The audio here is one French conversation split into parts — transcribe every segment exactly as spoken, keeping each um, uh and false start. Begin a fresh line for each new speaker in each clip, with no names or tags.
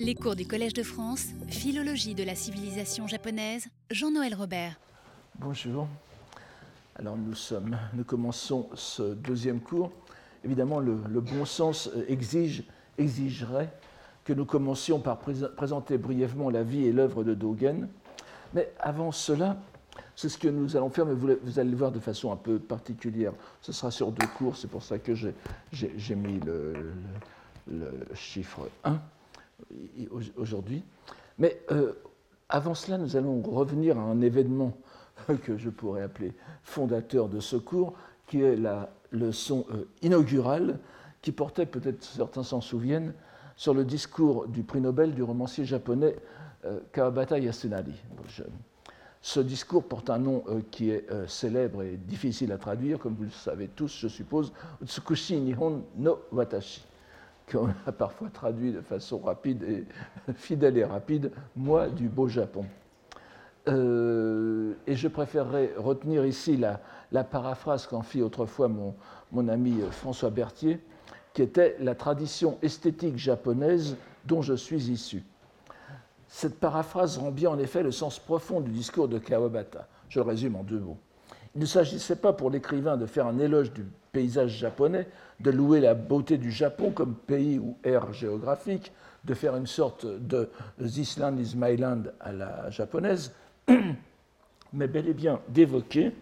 Les cours du Collège de France, Philologie de la civilisation japonaise, Jean-Noël Robert.
Bonjour. Alors nous sommes, nous commençons ce deuxième cours. Évidemment, le, le bon sens exige, exigerait que nous commencions par pré- présenter brièvement la vie et l'œuvre de Dogen. Mais avant cela, c'est ce que nous allons faire, mais vous, vous allez le voir de façon un peu particulière. Ce sera sur deux cours, c'est pour ça que j'ai, j'ai, j'ai mis le, le, le chiffre un aujourd'hui. Mais euh, avant cela, nous allons revenir à un événement que je pourrais appeler fondateur de ce cours, qui est la leçon euh, inaugurale, qui portait, peut-être certains s'en souviennent, sur le discours du prix Nobel du romancier japonais euh, Kawabata Yasunari. Je, ce discours porte un nom euh, qui est euh, célèbre et difficile à traduire, comme vous le savez tous, je suppose, Utsukushi Nihon no Watashi, qu'on a parfois traduit de façon rapide et fidèle et rapide, moi du beau Japon. Euh, et je préférerais retenir ici la, la paraphrase qu'en fit autrefois mon, mon ami François Berthier, qui était la tradition esthétique japonaise dont je suis issu. Cette paraphrase rend bien en effet le sens profond du discours de Kawabata. Je le résume en deux mots. Il ne s'agissait pas pour l'écrivain de faire un éloge du paysage japonais, de louer la beauté du Japon comme pays ou aire géographique, de faire une sorte de This land is my land à la japonaise, mais bel et bien d'évoquer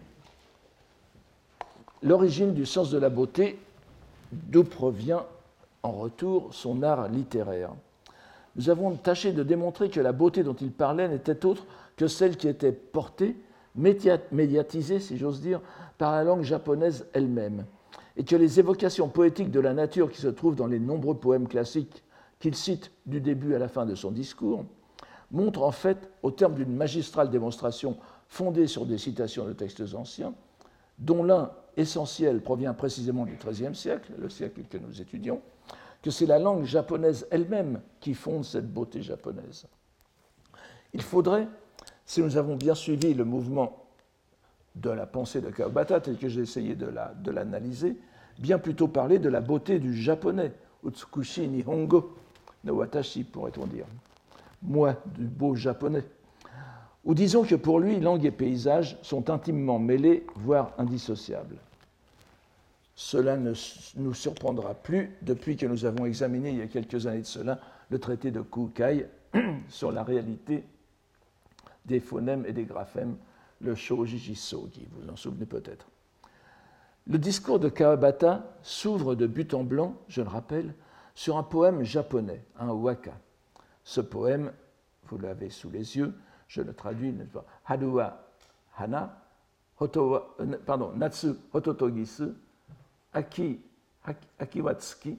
l'origine du sens de la beauté, d'où provient en retour son art littéraire. Nous avons tâché de démontrer que la beauté dont il parlait n'était autre que celle qui était portée, médiatisée, si j'ose dire, par la langue japonaise elle-même, et que les évocations poétiques de la nature qui se trouvent dans les nombreux poèmes classiques qu'il cite du début à la fin de son discours montrent en fait, au terme d'une magistrale démonstration fondée sur des citations de textes anciens, dont l'un essentiel provient précisément du treizième siècle, le siècle que nous étudions, que c'est la langue japonaise elle-même qui fonde cette beauté japonaise. Il faudrait, si nous avons bien suivi le mouvement de la pensée de Kawabata, tel que j'ai essayé de, la, de l'analyser, bien plutôt parler de la beauté du japonais, Utsukushi Nihongo no Watashi, pourrait-on dire, moi du beau japonais. Ou disons que pour lui, langue et paysage sont intimement mêlés, voire indissociables. Cela ne nous surprendra plus depuis que nous avons examiné il y a quelques années de cela le traité de Kukai sur la réalité des phonèmes et des graphèmes, le Shoji Jisogi, vous vous en souvenez peut-être. Le discours de Kawabata s'ouvre de but en blanc, je le rappelle, sur un poème japonais, un waka. Ce poème, vous l'avez sous les yeux, je le traduis, n'est-ce pas? Haru wa hana, hoto wa, pardon, natsu hototogisu, aki, aki wa tsuki,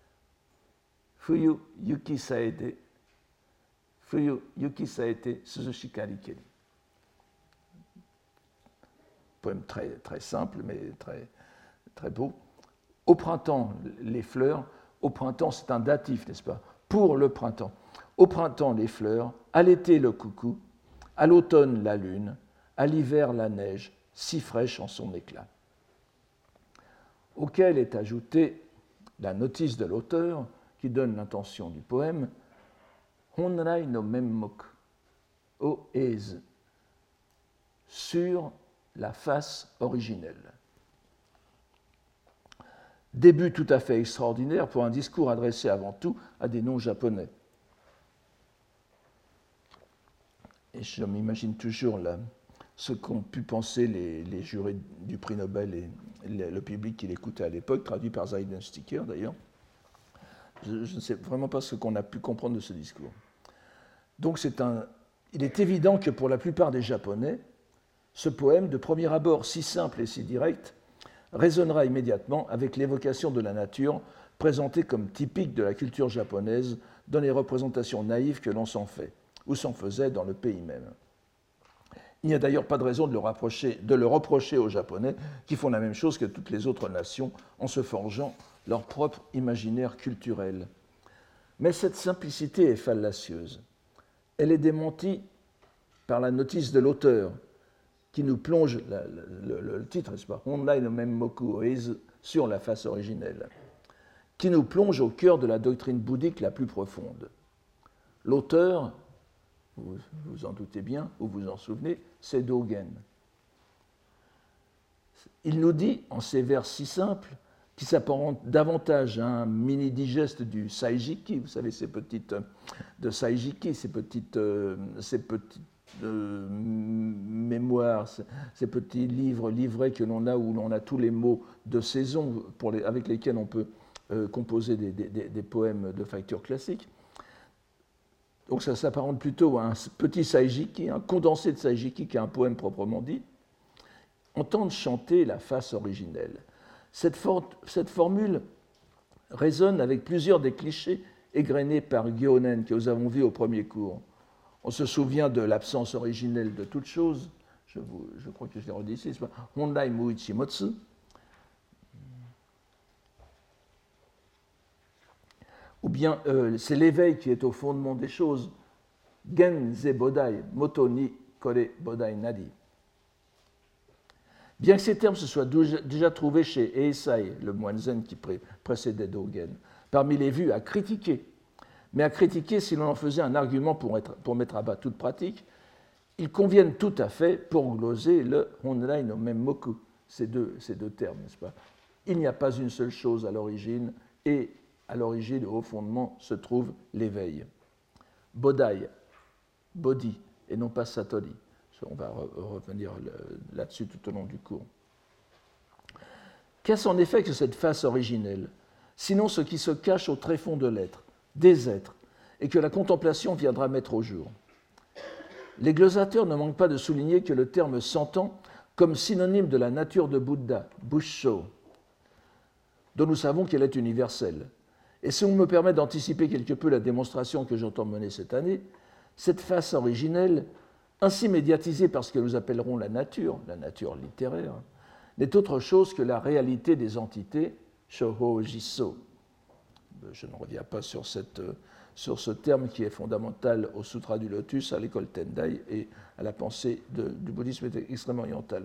fuyu yuki saete, fuyu yuki saete suzushikari keri. Poème très, très simple, mais très, très beau. Au printemps, les fleurs. Au printemps, c'est un datif, n'est-ce pas? Pour le printemps. Au printemps, les fleurs. À l'été, le coucou. À l'automne, la lune. À l'hiver, la neige, si fraîche en son éclat. Auquel est ajoutée la notice de l'auteur qui donne l'intention du poème. Honrai no menmoku o eizu. Sur la face originelle. Début tout à fait extraordinaire pour un discours adressé avant tout à des non-japonais. Et je m'imagine toujours là, ce qu'ont pu penser les, les jurés du prix Nobel et les, le public qui l'écoutait à l'époque, traduit par Zeidensticker d'ailleurs. Je, je ne sais vraiment pas ce qu'on a pu comprendre de ce discours. Donc c'est un, il est évident que pour la plupart des Japonais, ce poème, de premier abord si simple et si direct, résonnera immédiatement avec l'évocation de la nature présentée comme typique de la culture japonaise dans les représentations naïves que l'on s'en fait, ou s'en faisait dans le pays même. Il n'y a d'ailleurs pas de raison de le, rapprocher, de le reprocher aux Japonais qui font la même chose que toutes les autres nations en se forgeant leur propre imaginaire culturel. Mais cette simplicité est fallacieuse. Elle est démentie par la notice de l'auteur, qui nous plonge, le, le, le, le titre, n'est-ce pas, Honrai no menmoku eizu, sur la face originelle, qui nous plonge au cœur de la doctrine bouddhique la plus profonde. L'auteur, vous vous en doutez bien, ou vous en souvenez, c'est Dogen. Il nous dit, en ces vers si simples, qui s'apparente davantage à un mini-digeste du Saijiki, vous savez, ces petites, de Saijiki, ces petites, ces petites euh, mémoires, ces petits livres, livrets que l'on a, où l'on a tous les mots de saison pour les, avec lesquels on peut euh, composer des, des, des poèmes de facture classique. Donc ça s'apparente plutôt à un petit Saijiki, un condensé de Saijiki qui est un poème proprement dit. Entendre chanter la face originelle. Cette, for cette formule résonne avec plusieurs des clichés égrenés par Gyonen que nous avons vus au premier cours. On se souvient de l'absence originelle de toute chose. Je, vous, je crois que je l'ai redit ici. Hondai Muichi Motsu. Ou bien euh, c'est l'éveil qui est au fondement des choses. Genze Bodai, Moto ni Kore Bodai Nadi. Bien que ces termes se soient déjà trouvés chez Eisai, le moine zen qui pré précédait Dogen, parmi les vues à critiquer, mais à critiquer si l'on en faisait un argument pour, être, pour mettre à bas toute pratique, ils conviennent tout à fait pour gloser le Honrai no Memmoku, ces deux, ces deux termes, n'est-ce pas? Il n'y a pas une seule chose à l'origine, et à l'origine, au fondement, se trouve l'éveil. Bodai, Bodhi, et non pas Satori. On va revenir là-dessus tout au long du cours. Qu'est-ce en effet que cette face originelle, sinon ce qui se cache au tréfonds de l'être, des êtres, et que la contemplation viendra mettre au jour? Les glosateurs ne manquent pas de souligner que le terme s'entend comme synonyme de la nature de Bouddha, Bussho, dont nous savons qu'elle est universelle. Et si on me permet d'anticiper quelque peu la démonstration que j'entends mener cette année, cette face originelle, ainsi médiatisée par ce que nous appellerons la nature, la nature littéraire, n'est autre chose que la réalité des entités, Shoho Jisso. Je ne reviens pas sur, cette, sur ce terme qui est fondamental au Sutra du Lotus, à l'école Tendai et à la pensée de, du bouddhisme extrêmement oriental.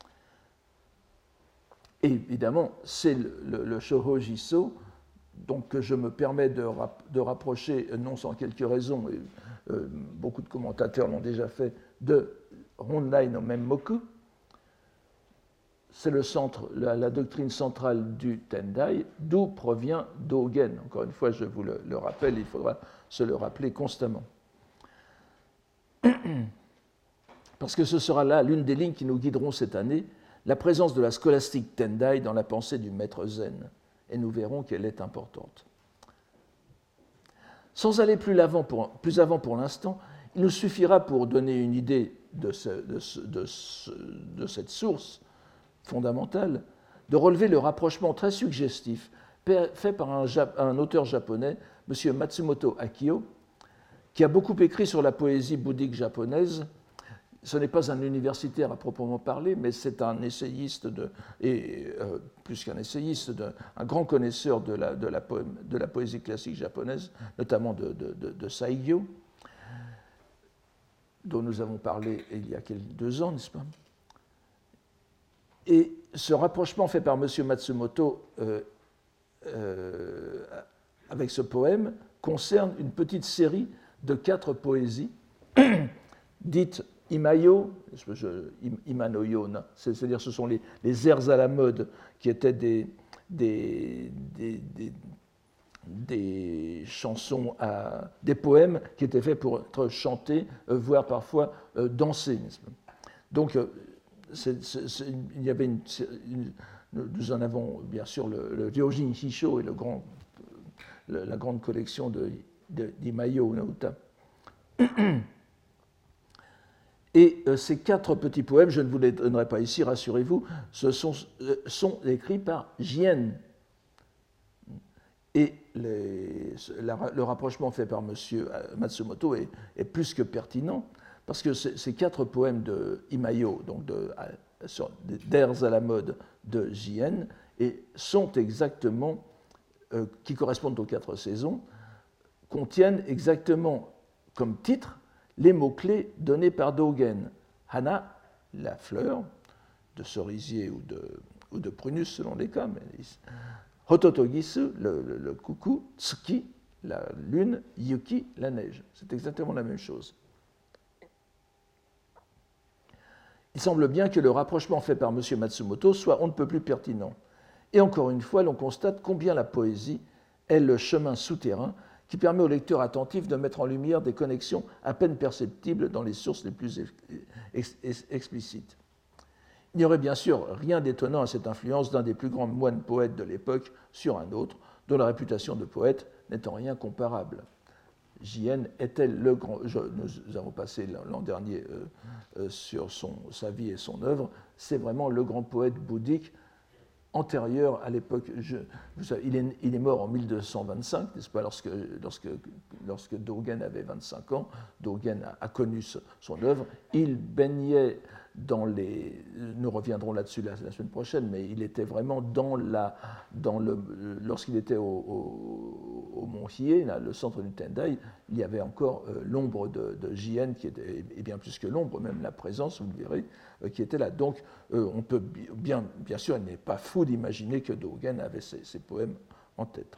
Et évidemment, c'est le, le, le Shoho Jisso, donc que je me permets de, rap, de rapprocher, non sans quelques raisons, et, euh, beaucoup de commentateurs l'ont déjà fait, de Honrai no Memmoku. C'est le centre, la, la doctrine centrale du Tendai, d'où provient Dogen. Encore une fois, je vous le, le rappelle, il faudra se le rappeler constamment. Parce que ce sera là l'une des lignes qui nous guideront cette année, la présence de la scolastique Tendai dans la pensée du maître zen. Et nous verrons qu'elle est importante. Sans aller plus avant pour, plus avant pour l'instant, il nous suffira pour donner une idée de, ce, de, ce, de, ce, de cette source fondamentale de relever le rapprochement très suggestif fait par un, un auteur japonais, M. Matsumoto Akio, qui a beaucoup écrit sur la poésie bouddhique japonaise. Ce n'est pas un universitaire à proprement parler, mais c'est un essayiste, de, et euh, plus qu'un essayiste, de, un grand connaisseur de la, de, la poème, de la poésie classique japonaise, notamment de, de, de, de Saigyo, dont nous avons parlé il y a quelques, deux ans, n'est-ce pas? Et ce rapprochement fait par M. Matsumoto euh, euh, avec ce poème concerne une petite série de quatre poésies dites Imayo, Imanoyo, c'est-à-dire ce sont les, les airs à la mode qui étaient des, des, des, des, des chansons, à, des poèmes qui étaient faits pour être chantés, voire parfois euh, dansés. Donc, c'est, c'est, c'est, il y avait une, une, nous en avons bien sûr le, le Ryojin Hisho et le grand, le, la grande collection de, de, d'Imayo Nauta. Et euh, ces quatre petits poèmes, je ne vous les donnerai pas ici, rassurez-vous, ce sont, euh, sont écrits par Jien. Et les, la, le rapprochement fait par M. Matsumoto est, est plus que pertinent, parce que ces quatre poèmes de Imayo, donc de, d'airs à la mode de Jien, et sont exactement, euh, qui correspondent aux quatre saisons, contiennent exactement comme titre les mots-clés donnés par Dogen. Hana, la fleur, de cerisier ou de, ou de prunus selon les cas, mais Hototogisu, le, le, le coucou, Tsuki, la lune, Yuki, la neige. C'est exactement la même chose. Il semble bien que le rapprochement fait par M. Matsumoto soit on ne peut plus pertinent. Et encore une fois, l'on constate combien la poésie est le chemin souterrain qui permet au lecteur attentif de mettre en lumière des connexions à peine perceptibles dans les sources les plus ex ex explicites. Il n'y aurait bien sûr rien d'étonnant à cette influence d'un des plus grands moines poètes de l'époque sur un autre, dont la réputation de poète n'est en rien comparable. Jien était le grand. Je, nous avons passé l'an dernier euh, euh, sur son, sa vie et son œuvre. C'est vraiment le grand poète bouddhique antérieur à l'époque. Il est, il est mort en mille deux cent vingt-cinq, n'est-ce pas, lorsque, lorsque, lorsque Dogen avait vingt-cinq ans. Dogen a, a connu ce, son œuvre. Il baignait dans les. Nous reviendrons là-dessus la, la semaine prochaine, mais il était vraiment dans la. Dans le, lorsqu'il était au, au, au Mont Hiei, là, le centre du Tendai, il y avait encore euh, l'ombre de, de Jien, qui était, et bien plus que l'ombre, même la présence, vous le verrez, euh, qui était là. Donc, euh, on peut bien, bien sûr, il n'est pas fou d'imaginer que Dogen avait ces, ces poèmes en tête.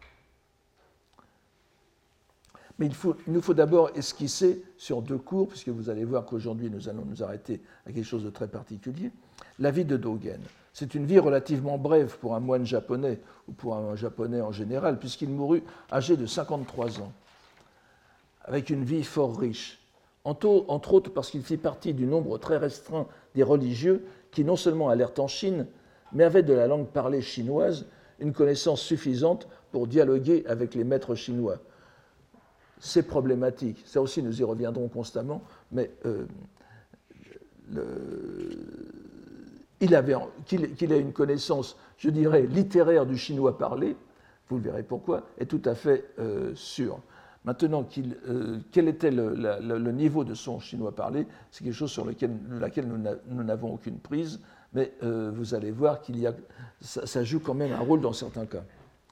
Mais il, faut, il nous faut d'abord esquisser sur deux cours, puisque vous allez voir qu'aujourd'hui nous allons nous arrêter à quelque chose de très particulier, la vie de Dogen. C'est une vie relativement brève pour un moine japonais, ou pour un japonais en général, puisqu'il mourut âgé de cinquante-trois ans, avec une vie fort riche, entre autres parce qu'il fit partie du nombre très restreint des religieux qui non seulement allèrent en Chine, mais avaient de la langue parlée chinoise une connaissance suffisante pour dialoguer avec les maîtres chinois. C'est problématique. Ça aussi, nous y reviendrons constamment, mais euh, le, il avait, qu'il, qu'il ait une connaissance, je dirais, littéraire du chinois parlé, vous le verrez pourquoi, est tout à fait euh, sûr. Maintenant, qu'il, euh, quel était le, la, le niveau de son chinois parlé, c'est quelque chose sur lequel, laquelle nous, n'a, nous n'avons aucune prise, mais euh, vous allez voir qu'il y a, ça, ça joue quand même un rôle dans certains cas.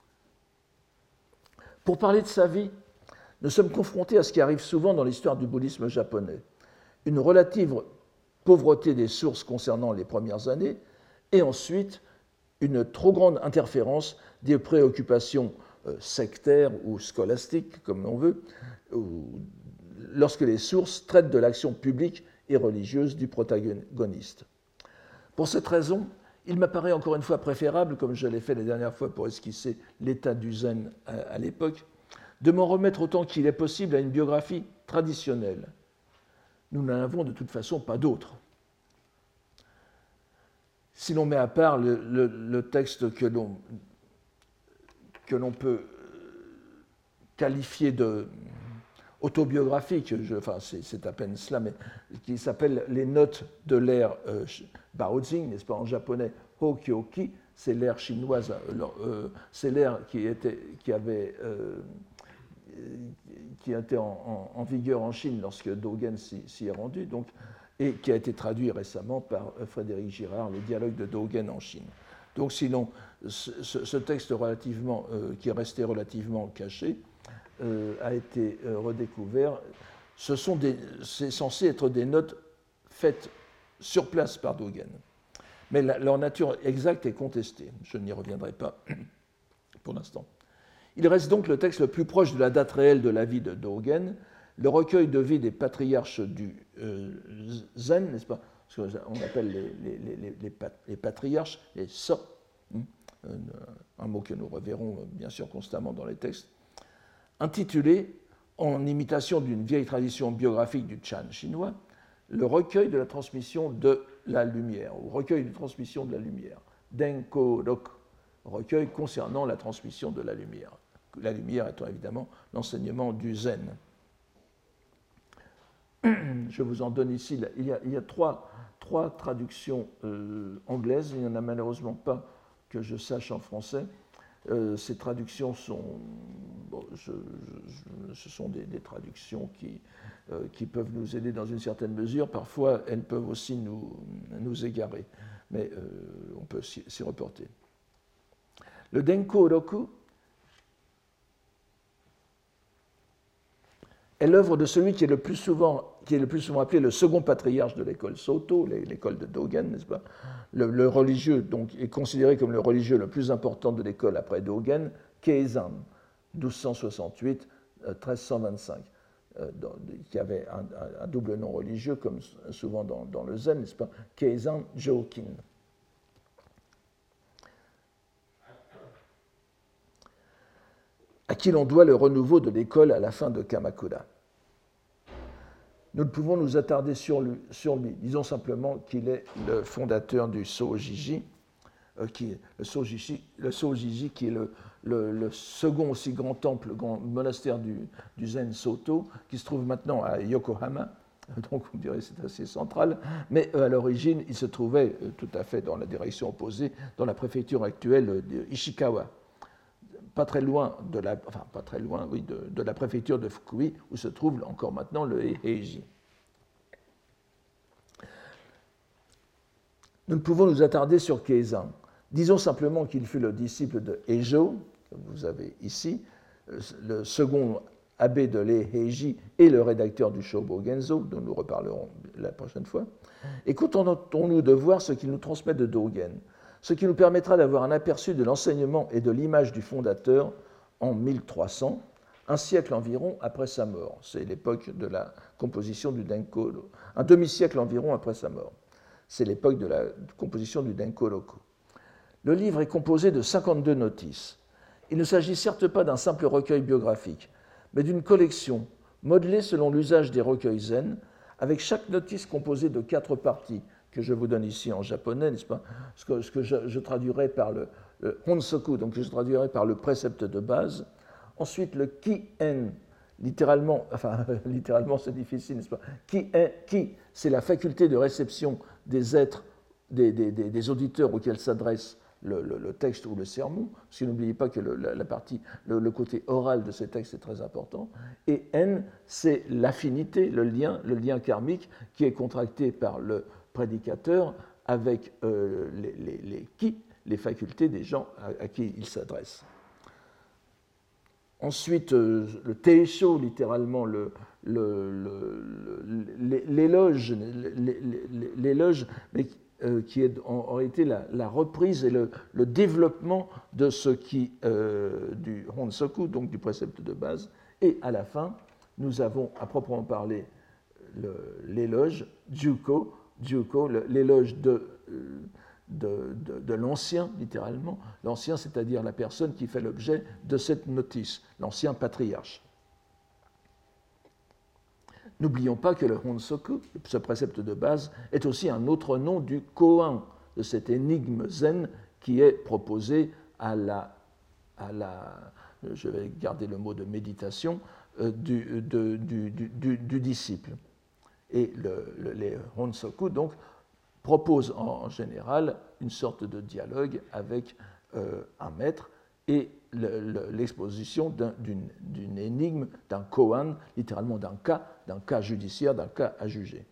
Pour parler de sa vie, nous sommes confrontés à ce qui arrive souvent dans l'histoire du bouddhisme japonais, une relative pauvreté des sources concernant les premières années, et ensuite une trop grande interférence des préoccupations euh, sectaires ou scolastiques, comme on veut, ou, lorsque les sources traitent de l'action publique et religieuse du protagoniste. Pour cette raison, il m'apparaît encore une fois préférable, comme je l'ai fait la dernière fois pour esquisser l'état du zen à, à l'époque, de m'en remettre autant qu'il est possible à une biographie traditionnelle. Nous n'en avons de toute façon pas d'autre. Si l'on met à part le, le, le texte que l'on, que l'on peut qualifier de autobiographique, je, enfin c'est, c'est à peine cela, mais qui s'appelle les notes de l'ère euh, Baozing, n'est-ce pas, en japonais, Hokyoki, c'est l'ère chinoise, euh, euh, c'est l'ère qui, était, qui avait... Euh, qui était en, en, en vigueur en Chine lorsque Dogen s'y, s'y est rendu, donc, et qui a été traduit récemment par Frédéric Girard, le dialogue de Dogen en Chine. Donc sinon, ce, ce texte relativement, euh, qui est resté relativement caché, euh, a été euh, redécouvert. Ce sont des, c'est censé être des notes faites sur place par Dogen. Mais la, leur nature exacte est contestée. Je n'y reviendrai pas pour l'instant. Il reste donc le texte le plus proche de la date réelle de la vie de Dogen, le recueil de vie des patriarches du euh, Zen, n'est-ce pas? Ce qu'on appelle les, les, les, les, les patriarches, les so, un mot que nous reverrons bien sûr constamment dans les textes, intitulé, en imitation d'une vieille tradition biographique du Chan chinois, le recueil de la transmission de la lumière, ou recueil de transmission de la lumière, Denko Roku, recueil concernant la transmission de la lumière. La lumière étant évidemment l'enseignement du zen. Je vous en donne ici, il y a, il y a trois, trois traductions euh, anglaises, il n'y en a malheureusement pas que je sache en français. Euh, ces traductions sont, bon, je, je, ce sont des, des traductions qui, euh, qui peuvent nous aider dans une certaine mesure, parfois elles peuvent aussi nous, nous égarer, mais euh, on peut s'y, s'y reporter. Le Denko Roku est l'œuvre de celui qui est le plus souvent, qui est le plus souvent appelé le second patriarche de l'école Soto, l'école de Dogen, n'est-ce pas? Le, le religieux donc, est considéré comme le religieux le plus important de l'école après Dogen, Keizan, douze cent soixante-huit à treize cent vingt-cinq, euh, dans, qui avait un, un, un double nom religieux, comme souvent dans, dans le zen, n'est-ce pas, Keizan Jokin. À qui l'on doit le renouveau de l'école à la fin de Kamakura. Nous ne pouvons nous attarder sur lui, sur lui. Disons simplement qu'il est le fondateur du Sōjiji, euh, qui, le Sōjiji, le Sōjiji qui est le, le, le second aussi grand temple, le grand monastère du, du Zen Soto, qui se trouve maintenant à Yokohama. Donc vous me direz c'est assez central, mais euh, à l'origine il se trouvait euh, tout à fait dans la direction opposée, dans la préfecture actuelle de Ishikawa. Pas très loin de la, enfin pas très loin, oui, de, de la préfecture de Fukui, où se trouve encore maintenant le Heiji. Nous ne pouvons nous attarder sur Keizan. Disons simplement qu'il fut le disciple de Eijo, que vous avez ici, le second abbé de l'Heiji et le rédacteur du Shobo Genzo, dont nous reparlerons la prochaine fois. Et contentons-nous de voir ce qu'il nous transmet de Dogen, ce qui nous permettra d'avoir un aperçu de l'enseignement et de l'image du fondateur en mille trois cents, un siècle environ après sa mort. C'est l'époque de la composition du Denko, un demi-siècle environ après sa mort. C'est l'époque de la composition du Denko Roku. Le livre est composé de cinquante-deux notices. Il ne s'agit certes pas d'un simple recueil biographique, mais d'une collection modelée selon l'usage des recueils zen, avec chaque notice composée de quatre parties, que je vous donne ici en japonais, n'est-ce pas, ce que, ce que je, je traduirai par le, le honsoku, donc je traduirai par le précepte de base. Ensuite, le ki-en, littéralement, enfin, littéralement c'est difficile, n'est-ce pas, ki-en, ki, c'est la faculté de réception des êtres, des, des, des, des auditeurs auxquels s'adresse le, le, le texte ou le sermon, parce que n'oubliez pas que le, la, la partie, le, le côté oral de ces textes est très important. Et en, c'est l'affinité, le lien, le lien karmique qui est contracté par le prédicateur avec euh, les, les, les qui, les facultés des gens à, à qui il s'adresse. Ensuite, euh, le teisho, littéralement le, le, le, l'éloge, l'éloge, mais euh, qui est en, en réalité la, la reprise et le, le développement de ce qui, euh, du honsoku, donc du précepte de base. Et à la fin, nous avons à proprement parler le, l'éloge, juko, juko, l'éloge de, de, de, de l'ancien, littéralement. L'ancien, c'est-à-dire la personne qui fait l'objet de cette notice, l'ancien patriarche. N'oublions pas que le honsoku, ce précepte de base, est aussi un autre nom du koan, de cette énigme zen qui est proposée à la, à la je vais garder le mot de méditation, euh, du, de, du, du, du, du disciple. Et le, le, les honsoku, donc, proposent en, en général une sorte de dialogue avec euh, un maître et le, le, l'exposition d'un, d'une, d'une énigme, d'un koan, littéralement d'un cas, d'un cas judiciaire, d'un cas à juger.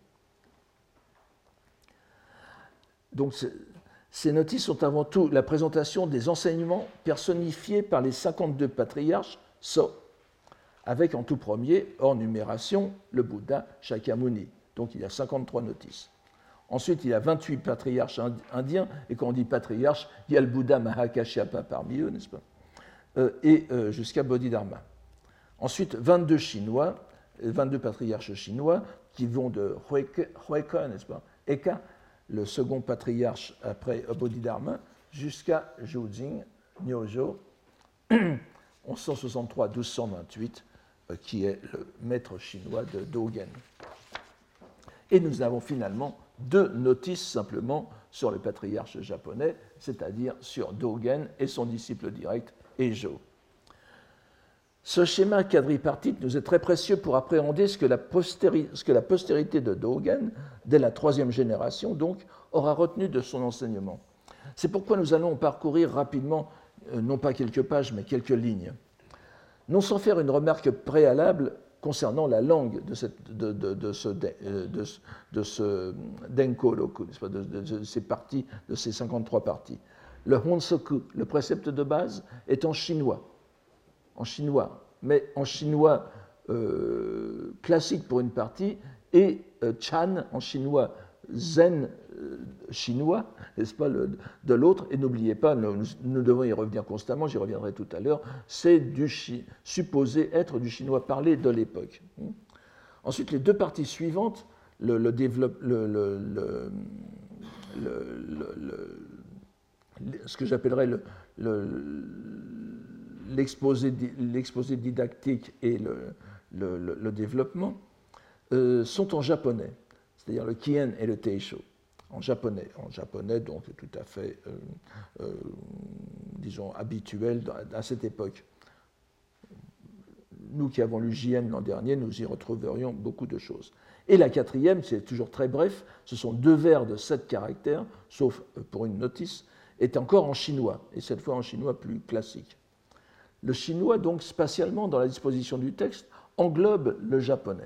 Donc, ces notices sont avant tout la présentation des enseignements personnifiés par les cinquante-deux patriarches So, avec en tout premier, hors numération, le Bouddha Shakyamuni. Donc il y a cinquante-trois notices. Ensuite, il y a vingt-huit patriarches indiens, et quand on dit patriarche, il y a le Bouddha Mahakashyapa parmi eux, n'est-ce pas, euh, et euh, jusqu'à Bodhidharma. Ensuite, vingt-deux chinois, vingt-deux patriarches chinois, qui vont de Huike, n'est-ce pas, Eka, le second patriarche après Bodhidharma, jusqu'à Zhuzing Nyojo, onze cent soixante-trois à douze cent vingt-huit, euh, qui est le maître chinois de Dogen. Et nous avons finalement deux notices simplement sur le patriarche japonais, c'est-à-dire sur Dogen et son disciple direct, Eijo. Ce schéma quadripartite nous est très précieux pour appréhender ce que la, postéri- ce que la postérité de Dogen, dès la troisième génération donc, aura retenu de son enseignement. C'est pourquoi nous allons parcourir rapidement, euh, non pas quelques pages, mais quelques lignes. Non sans faire une remarque préalable concernant la langue de, cette, de, de, de, ce, de, de, de ce Denko Roku, de, de, de ces parties, de ces cinquante-trois parties. Le honsoku, le précepte de base, est en chinois. En chinois, mais en chinois euh, classique pour une partie, et euh, chan en chinois zen euh, chinois, n'est-ce pas, le, de l'autre. Et n'oubliez pas, nous, nous devons y revenir constamment, j'y reviendrai tout à l'heure, c'est du chi, supposé être du chinois parlé de l'époque. Ensuite, les deux parties suivantes, le, le développe, le, le, le, le, ce que j'appellerais le, l'exposé, l'exposé didactique et le, le, le, le développement, euh, sont en japonais, c'est-à-dire le kien et le teisho, en japonais, en japonais donc tout à fait, euh, euh, disons, habituel à cette époque. Nous qui avons lu J N l'an dernier, nous y retrouverions beaucoup de choses. Et la quatrième, c'est toujours très bref, ce sont deux vers de sept caractères, sauf pour une notice, est encore en chinois, et cette fois en chinois plus classique. Le chinois, donc, spatialement, dans la disposition du texte, englobe le japonais.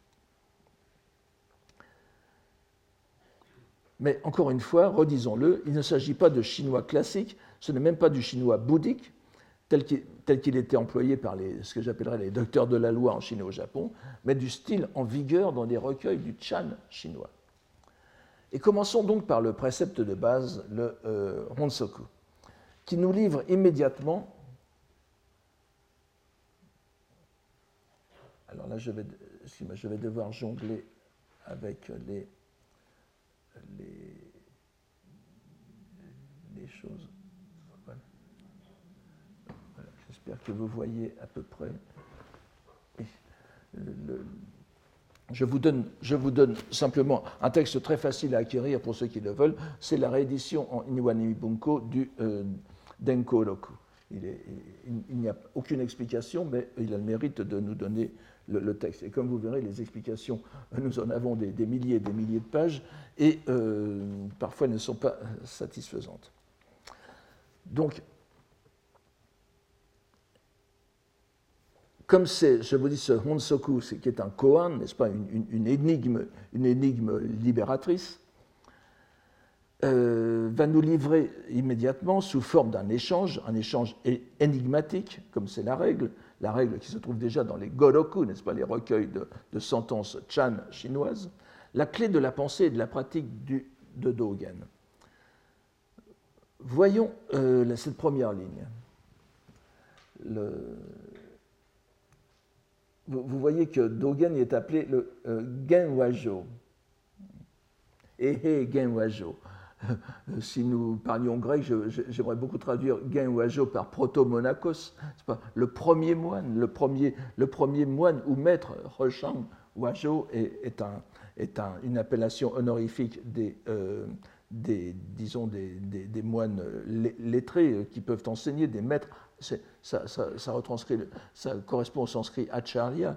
Mais encore une fois, redisons-le, il ne s'agit pas de chinois classique, ce n'est même pas du chinois bouddhique, tel qu'il, tel qu'il était employé par les, ce que j'appellerais les docteurs de la loi en Chine et au Japon, mais du style en vigueur dans les recueils du Chan chinois. Et commençons donc par le précepte de base, le euh, Honsoku, qui nous livre immédiatement. Alors là, je vais, je vais devoir jongler avec les, les, les choses. Voilà. Voilà. J'espère que vous voyez à peu près. Et le, le, je, vous donne, je vous donne simplement un texte très facile à acquérir pour ceux qui le veulent. C'est la réédition en Iwanimi Bunko du euh, Denko Roku. Il, est, il, il n'y a aucune explication, mais il a le mérite de nous donner le, le texte. Et comme vous verrez, les explications, nous en avons des, des milliers et des milliers de pages, et euh, parfois elles ne sont pas satisfaisantes. Donc, comme c'est, je vous dis, ce Honsoku, c'est, qui est un koan, n'est-ce pas, une, une, une, énigme, une énigme libératrice, Euh, va nous livrer immédiatement sous forme d'un échange, un échange énigmatique, comme c'est la règle, la règle qui se trouve déjà dans les Goroku, n'est-ce pas, les recueils de, de sentences Chan chinoises, la clé de la pensée et de la pratique du, de Dogen. Voyons euh, cette première ligne. Le, vous, vous voyez que Dogen est appelé le euh, Genwajo. Ehe Genwajo. Si nous parlions grec, je, je, j'aimerais beaucoup traduire Genwajo par proto-monacos, c'est pas, le premier moine, le premier, le premier moine ou maître, Hoshang Wajo est, est, un, est un, une appellation honorifique des, euh, des, disons des, des, des moines lettrés qui peuvent enseigner, des maîtres. C'est, ça, ça, ça, retranscrit, ça correspond au sanskrit acharya.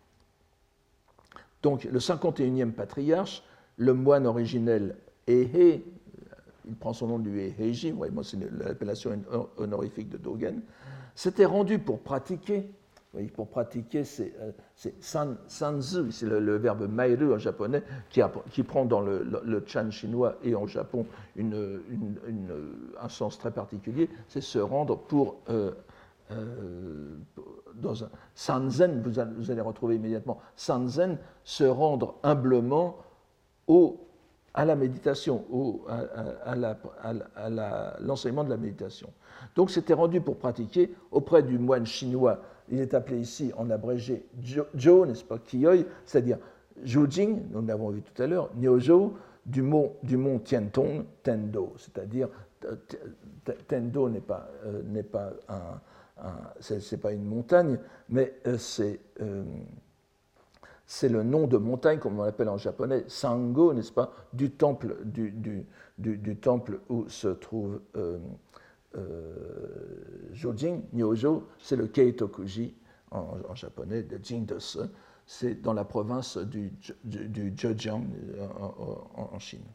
Donc le cinquante et unième patriarche, le moine originel Ehe, il prend son nom du Heiji, ouais, moi c'est l'appellation honorifique de Dogen, s'était rendu pour pratiquer, voyez, pour pratiquer, c'est, c'est san, sanzu, c'est le, le verbe mairu en japonais, qui, a, qui prend dans le, le, le Chan chinois et en Japon une, une, une, un sens très particulier, c'est se rendre pour, euh, euh, dans un sanzen, vous allez, vous allez retrouver immédiatement, sanzen, se rendre humblement au à la méditation, au, à, à, la, à, la, à l'enseignement de la méditation. Donc, c'était rendu pour pratiquer auprès du moine chinois. Il est appelé ici, en abrégé, Jo, n'est-ce pas, Kiyoi, c'est-à-dire Jujing, nous l'avons vu tout à l'heure, Nyojo, du mont, du mont Tiantong, Tendo, c'est-à-dire Tendo n'est pas, euh, n'est pas, un, un, c'est, c'est pas une montagne, mais euh, c'est... Euh, c'est le nom de montagne, comme on l'appelle en japonais, Sango, n'est-ce pas, du temple, du, du, du, du temple où se trouve euh, euh, Jojin, Nyojo, c'est le Keitokuji en, en japonais, de Jingdose, c'est dans la province du, du, du Zhejiang en, en, en Chine.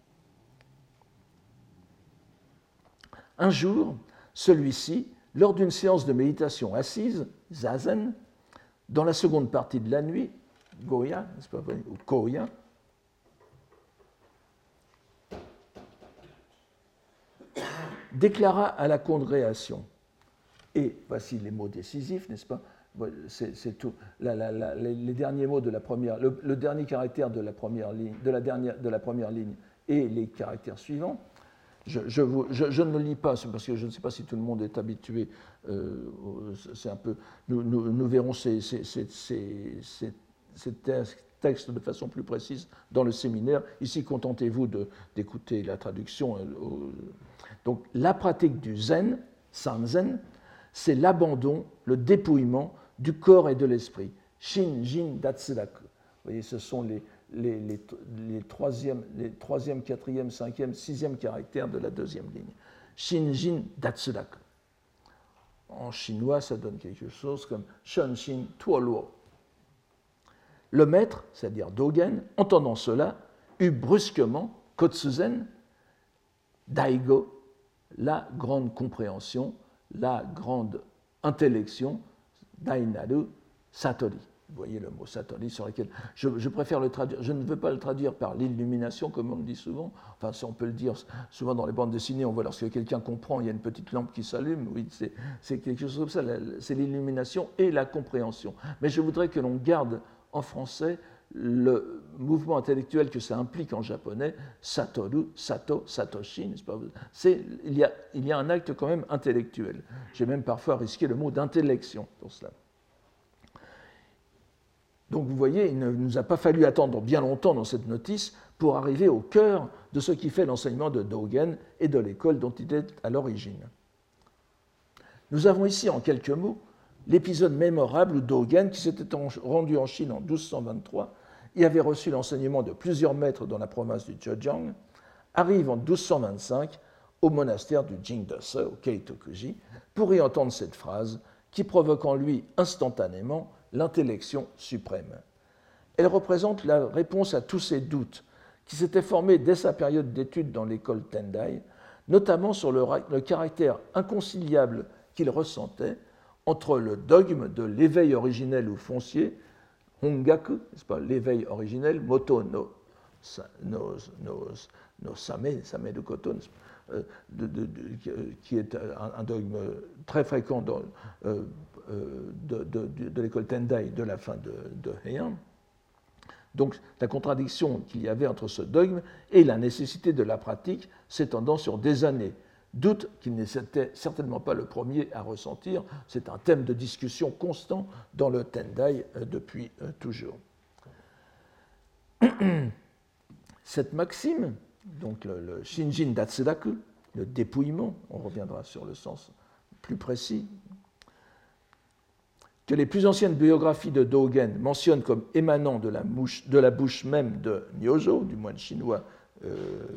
Un jour, celui-ci, lors d'une séance de méditation assise, zazen, dans la seconde partie de la nuit, Goya, n'est-ce pas, ou Koya, déclara à la congrégation, et voici les mots décisifs, n'est-ce pas, c'est, c'est tout, la, la, la, les, les derniers mots de la première, le, le dernier caractère de la première ligne, de la dernière, de la première ligne et les caractères suivants, Je, je, vous, je, je ne le lis pas, parce que je ne sais pas si tout le monde est habitué. Euh, c'est un peu, nous, nous, nous verrons ces, ces, ces, ces, ces textes de façon plus précise dans le séminaire. Ici, contentez-vous de, d'écouter la traduction. Donc, la pratique du zen, sanzen, c'est l'abandon, le dépouillement du corps et de l'esprit. Shin, jin, datsuraku. Vous voyez, ce sont les, les, les, les, troisième, les troisième, quatrième, cinquième, sixième caractères de la deuxième ligne. Shin, jin, datsuraku. En chinois, ça donne quelque chose comme Shun, shin, tuoluo. Le maître, c'est-à-dire Dogen, entendant cela, eut brusquement, Kotsuzen, Daigo, la grande compréhension, la grande intellection, Dainaru, Satori. Vous voyez le mot Satori sur lequel je, je préfère le traduire. Je ne veux pas le traduire par l'illumination, comme on le dit souvent. Enfin, si on peut le dire, souvent dans les bandes dessinées, on voit lorsque quelqu'un comprend, il y a une petite lampe qui s'allume. Oui, c'est, c'est quelque chose comme ça. C'est l'illumination et la compréhension. Mais je voudrais que l'on garde en français le mouvement intellectuel que ça implique en japonais, Satoru, Sato, Satoshi, n'est-ce pas? C'est, il, y a, il y a un acte quand même intellectuel. J'ai même parfois risqué le mot d'intellection pour cela. Donc vous voyez, il ne nous a pas fallu attendre bien longtemps dans cette notice pour arriver au cœur de ce qui fait l'enseignement de Dogen et de l'école dont il est à l'origine. Nous avons ici en quelques mots l'épisode mémorable où Dogen, qui s'était rendu en Chine en douze cent vingt-trois et avait reçu l'enseignement de plusieurs maîtres dans la province du Zhejiang, arrive en douze cent vingt-cinq au monastère du Jingdese, au Keitokuji, pour y entendre cette phrase qui provoque en lui instantanément l'intellection suprême. Elle représente la réponse à tous ses doutes qui s'étaient formés dès sa période d'études dans l'école Tendai, notamment sur le, le caractère inconciliable qu'il ressentait entre le dogme de l'éveil originel ou foncier, Hongaku, n'est-ce pas, l'éveil originel, Moto no, no, no, no Same, Same de Koto, euh, de, de, de, qui est un, un dogme très fréquent dans, euh, de, de, de, de l'école Tendai de la fin de, de Heian. Donc la contradiction qu'il y avait entre ce dogme et la nécessité de la pratique s'étendant sur des années. Doute qu'il n'était certainement pas le premier à ressentir. C'est un thème de discussion constant dans le Tendai depuis toujours. Cette maxime, donc le, le Shinjin Datsuraku, le dépouillement, on reviendra sur le sens plus précis, que les plus anciennes biographies de Dogen mentionnent comme émanant de la, mouche, de la bouche même de Nyojo, du moine chinois euh,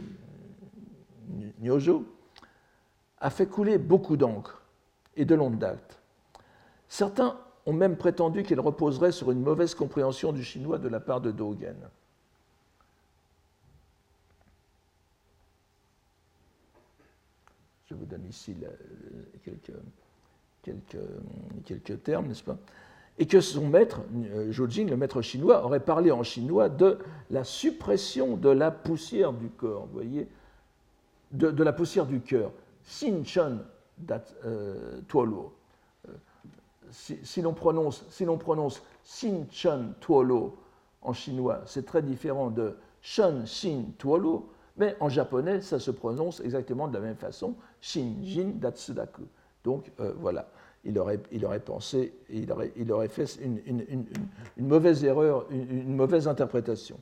Nyojo, a fait couler beaucoup d'encre et de longue date. Certains ont même prétendu qu'elle reposerait sur une mauvaise compréhension du chinois de la part de Dogen. Je vous donne ici la, quelques, quelques, quelques termes, n'est-ce pas? Et que son maître, Zhou-Jing, le maître chinois, aurait parlé en chinois de la suppression de la poussière du corps, vous voyez, de, de la poussière du cœur. Sin-chun euh, tuolo. Si, si l'on prononce, si l'on prononce Sin-chun tuolo en chinois, c'est très différent de Shun-shin tuolo, mais en japonais, ça se prononce exactement de la même façon, Shin-jin datsuraku. Donc euh, voilà, il aurait, il aurait pensé, il aurait, il aurait fait une, une, une, une mauvaise erreur, une, une mauvaise interprétation.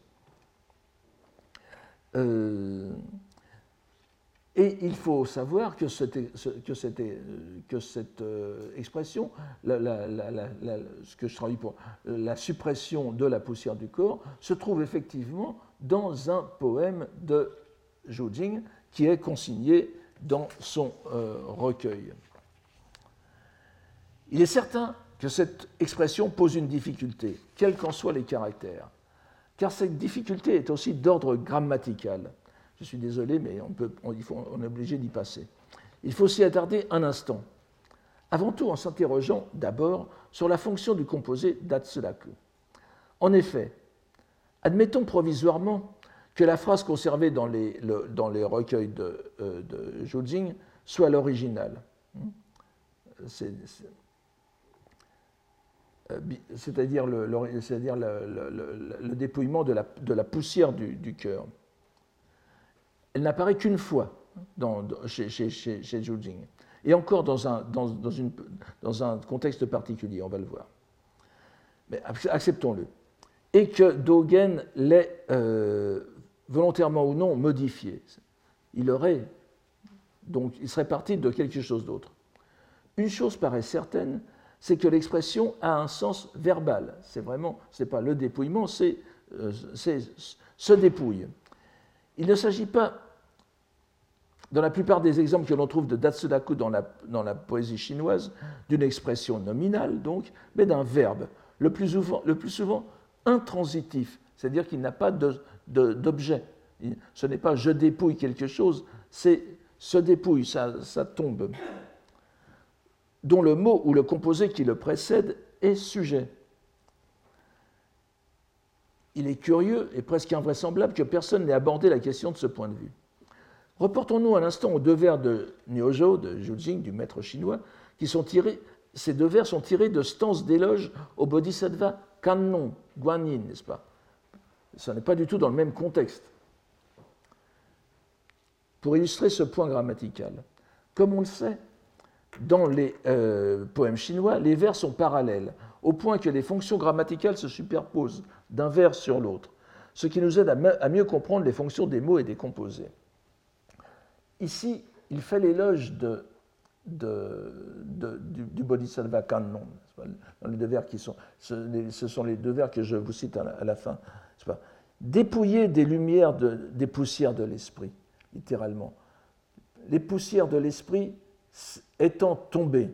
Euh, Et il faut savoir que cette, que cette, que cette euh, expression, la, la, la, la, ce que je traduis pour la suppression de la poussière du corps, se trouve effectivement dans un poème de Zhou-Jing qui est consigné dans son euh, recueil. Il est certain que cette expression pose une difficulté, quels qu'en soient les caractères, car cette difficulté est aussi d'ordre grammatical. Je suis désolé, mais on, peut, on, il faut, on est obligé d'y passer. Il faut s'y attarder un instant. Avant tout en s'interrogeant d'abord sur la fonction du composé datsuraku. En effet, admettons provisoirement que la phrase conservée dans les, le, dans les recueils de, euh, de Zhou-Jing soit l'original. C'est, c'est, c'est-à-dire le, le, c'est-à-dire le, le, le, le dépouillement de la, de la poussière du, du cœur. Elle n'apparaît qu'une fois dans, dans, chez, chez, chez, chez Zhu Jing. Et encore dans un, dans, dans, une, dans un contexte particulier, on va le voir. Mais acceptons-le. Et que Dogen l'ait euh, volontairement ou non modifié. Il aurait, donc il serait parti de quelque chose d'autre. Une chose paraît certaine, c'est que l'expression a un sens verbal. C'est vraiment, ce n'est pas le dépouillement, c'est, euh, c'est se dépouille. Il ne s'agit pas, dans la plupart des exemples que l'on trouve de Datsudaku dans la, dans la poésie chinoise, d'une expression nominale, donc, mais d'un verbe, le plus souvent, le plus souvent intransitif, c'est-à-dire qu'il n'a pas de, de, d'objet. Ce n'est pas « je dépouille quelque chose », c'est « se dépouille », ça, ça tombe, dont le mot ou le composé qui le précède est sujet. Il est curieux et presque invraisemblable que personne n'ait abordé la question de ce point de vue. Reportons-nous un instant aux deux vers de Niuzhou, de Zhu Jing, du maître chinois, qui sont tirés, ces deux vers sont tirés de stances d'éloge au bodhisattva Kannon, Guanyin, n'est-ce pas? Ce n'est pas du tout dans le même contexte. Pour illustrer ce point grammatical, comme on le sait, dans les euh, poèmes chinois, les vers sont parallèles, au point que les fonctions grammaticales se superposent d'un vers sur l'autre, ce qui nous aide à, me, à mieux comprendre les fonctions des mots et des composés. Ici, il fait l'éloge de, de, de, du, du Bodhisattva Kannon, dans les deux vers qui sont, ce, ce sont les deux vers que je vous cite à la, à la fin. Pas, dépouiller des lumières, de, des poussières de l'esprit, littéralement. Les poussières de l'esprit étant tombées,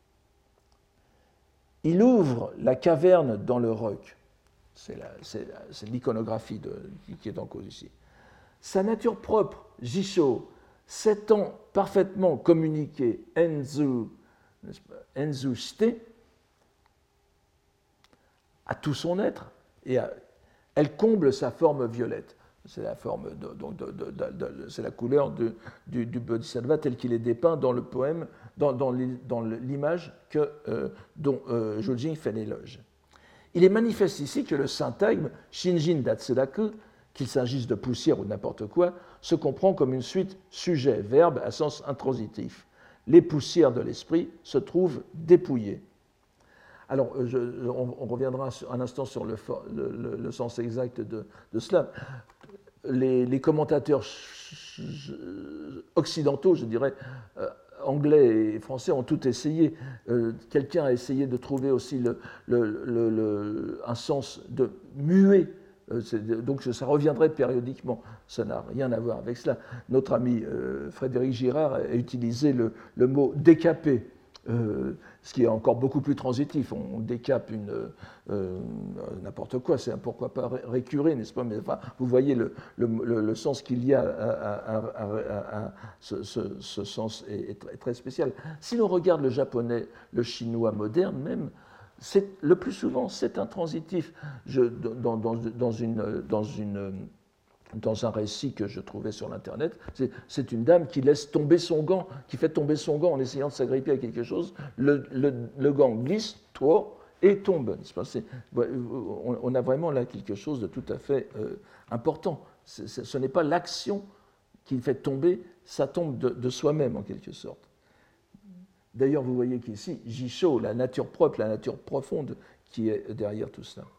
il ouvre la caverne dans le roc. C'est, la, c'est, la, c'est l'iconographie de, qui est en cause ici. Sa nature propre, Jisho, s'étant parfaitement communiquée, Enzu, Enzu Shite, à tout son être, et à, elle comble sa forme violette. C'est la forme, de, donc de, de, de, de, c'est la couleur de, du, du Bodhisattva tel qu'il est dépeint dans le poème, dans, dans, dans l'image que, euh, dont euh, Zhu Jing fait l'éloge. Il est manifeste ici que le syntagme Shinjin Datsudaku, qu'il s'agisse de poussière ou de n'importe quoi, se comprend comme une suite sujet-verbe à sens intransitif. Les poussières de l'esprit se trouvent dépouillées. Alors, je, on, on reviendra un instant sur le, le, le, le sens exact de, de cela. Les, les commentateurs occidentaux, je dirais, euh, anglais et français, ont tout essayé. Euh, quelqu'un a essayé de trouver aussi le, le, le, le, un sens de muet. Euh, donc ça reviendrait périodiquement. Ça n'a rien à voir avec cela. Notre ami euh, Frédéric Girard a utilisé le, le mot décapé. Euh, ce qui est encore beaucoup plus transitif. On, on décape une, euh, n'importe quoi, c'est un pourquoi pas récurer, n'est-ce pas? Mais enfin, vous voyez le, le, le, le sens qu'il y a à, à, à, à, à ce, ce, ce sens est, est très spécial. Si l'on regarde le japonais, le chinois moderne même, c'est, le plus souvent c'est intransitif. Je, dans, dans, dans, une, dans une Dans un récit que je trouvais sur l'Internet, c'est, c'est une dame qui laisse tomber son gant, qui fait tomber son gant en essayant de s'agripper à quelque chose. Le, le, le gant glisse, toi, et tombe. C'est, on, on a vraiment là quelque chose de tout à fait euh, important. C'est, c'est, ce n'est pas l'action qui fait tomber, ça tombe de, de soi-même en quelque sorte. D'ailleurs, vous voyez qu'ici, Jisho, la nature propre, la nature profonde qui est derrière tout cela.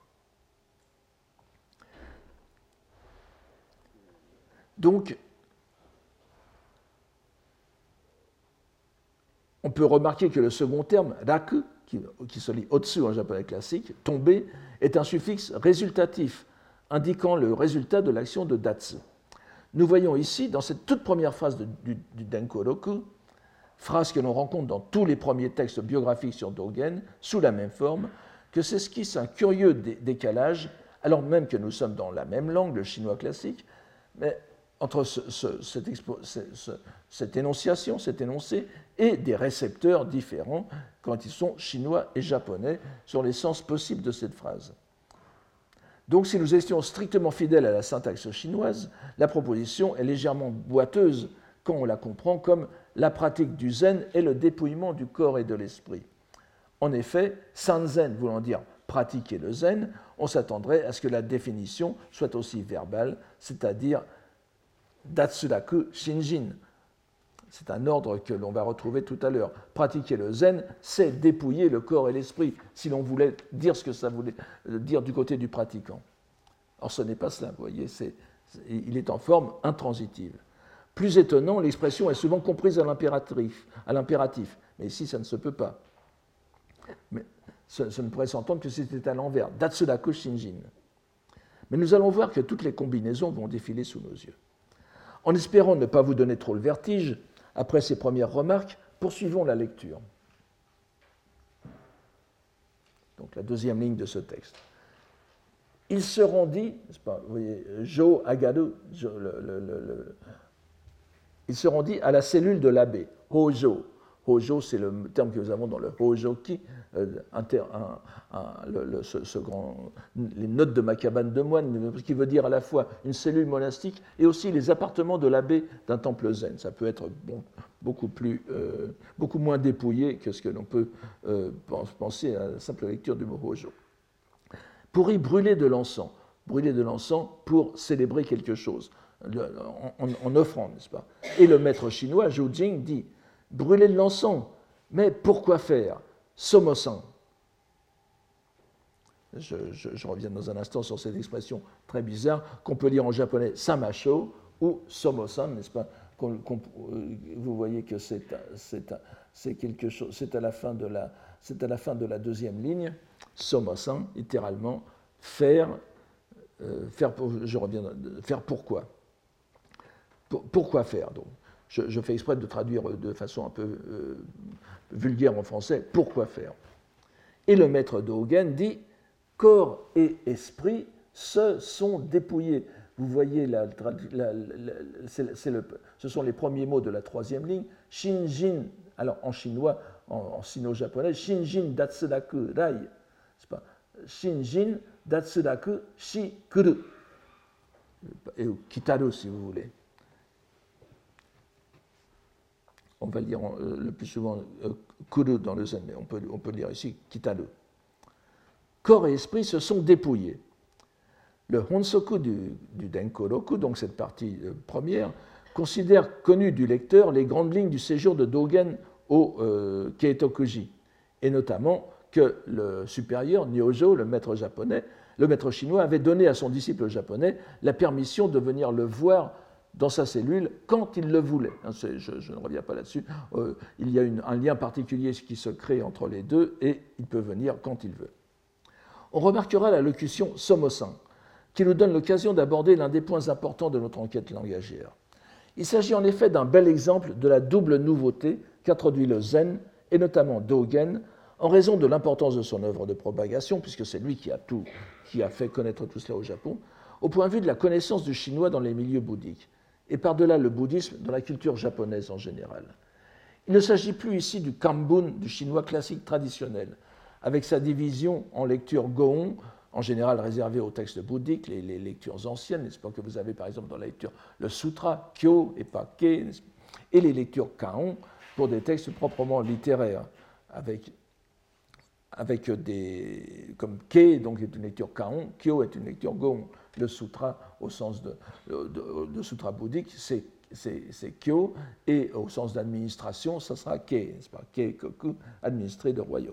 Donc, on peut remarquer que le second terme, raku, qui, qui se lit otsu en japonais classique, tomber, est un suffixe résultatif, indiquant le résultat de l'action de datsu. Nous voyons ici, dans cette toute première phrase de, du, du Denkoroku, phrase que l'on rencontre dans tous les premiers textes biographiques sur Dogen, sous la même forme, que s'esquisse un curieux dé- décalage, alors même que nous sommes dans la même langue, le chinois classique, mais entre ce, ce, cette, expo, ce, ce, cette énonciation, cet énoncé, et des récepteurs différents quand ils sont chinois et japonais sur les sens possibles de cette phrase. Donc, si nous étions strictement fidèles à la syntaxe chinoise, la proposition est légèrement boiteuse quand on la comprend comme la pratique du zen et le dépouillement du corps et de l'esprit. En effet, sanzen voulant dire pratiquer le zen, on s'attendrait à ce que la définition soit aussi verbale, c'est-à-dire Datsudaku Shinjin, C'est un ordre que l'on va retrouver tout à l'heure. Pratiquer le zen, c'est dépouiller le corps et l'esprit, si l'on voulait dire ce que ça voulait dire du côté du pratiquant. Or, ce n'est pas cela, vous voyez, c'est, il est en forme intransitive. Plus étonnant, l'expression est souvent comprise à l'impératif, à l'impératif, mais ici, ça ne se peut pas. Mais ce, ce ne pourrait s'entendre que si c'était à l'envers, Datsudaku Shinjin. Mais nous allons voir que toutes les combinaisons vont défiler sous nos yeux. En espérant ne pas vous donner trop le vertige, après ces premières remarques, poursuivons la lecture. Donc la deuxième ligne de ce texte. Il se rendit, n'est-ce pas, vous voyez, Jo Agaru, jo, le, le, le, le, il se rendit à la cellule de l'abbé, Hojo. Hojo, c'est le terme que nous avons dans le Hojoki, euh, inter, un, un, le, le, ce, ce grand, les notes de ma cabane de moine, qui veut dire à la fois une cellule monastique et aussi les appartements de l'abbé d'un temple zen. Ça peut être bon, beaucoup, plus, euh, beaucoup moins dépouillé que ce que l'on peut euh, penser à la simple lecture du mot Hojo. Pour y brûler de l'encens, brûler de l'encens pour célébrer quelque chose, en, en, en offrande, n'est-ce pas? Et le maître chinois, Zhu Jing, dit brûler de l'encens, mais pourquoi faire? Somo-san. Je, je, je reviens dans un instant sur cette expression très bizarre qu'on peut lire en japonais samasho ou somo-san, n'est-ce pas? Qu'on, qu'on, vous voyez que c'est, c'est, c'est quelque chose, c'est à la fin de la, c'est à la fin de la deuxième ligne. Somo-san, littéralement, faire, euh, faire, je reviens, faire pourquoi. Pour, pourquoi faire donc? Je, je fais exprès de traduire de façon un peu euh, vulgaire en français, pourquoi faire? Et le maître Dogen dit, corps et esprit se sont dépouillés. Vous voyez, la, la, la, c'est, c'est le, ce sont les premiers mots de la troisième ligne, Shinjin, alors en chinois, en, en sino-japonais, Shinjin Datsudaku Rai, c'est pas Shinjin Datsudaku Shikuru, et Kitaru si vous voulez. On va le dire euh, le plus souvent euh, kuru dans le zen, mais on peut, on peut le dire ici kitaru. Corps et esprit se sont dépouillés. Le Honsoku du, du Denkoroku, donc cette partie euh, première, considère connu du lecteur les grandes lignes du séjour de Dogen au euh, Keitokuji, et notamment que le supérieur Nyojo, le maître japonais, le maître chinois, avait donné à son disciple japonais la permission de venir le voir dans sa cellule quand il le voulait. Je, je ne reviens pas là-dessus. Euh, il y a une, un lien particulier qui se crée entre les deux et il peut venir quand il veut. On remarquera la locution somo-san, qui nous donne l'occasion d'aborder l'un des points importants de notre enquête langagière. Il s'agit en effet d'un bel exemple de la double nouveauté qu'introduit le zen, et notamment Dogen, en raison de l'importance de son œuvre de propagation, puisque c'est lui qui a, tout, qui a fait connaître tout cela au Japon, au point de vue de la connaissance du chinois dans les milieux bouddhiques, et par-delà le bouddhisme dans la culture japonaise en général. Il ne s'agit plus ici du Kambun, du chinois classique traditionnel, avec sa division en lectures Gohon, en général réservées aux textes bouddhiques, les, les lectures anciennes, n'est-ce pas, que vous avez par exemple dans la lecture le Sutra, Kyo et pas Ke, et les lectures Kaon pour des textes proprement littéraires, avec, avec des, comme Ke donc est une lecture Kaon, Kyo est une lecture Gohon. Le sutra, au sens de, de, de, de sutra bouddhique, c'est, c'est, c'est Kyo, et au sens d'administration, ça sera Ke, n'est-ce pas? Ke, Koku, administré de royaume.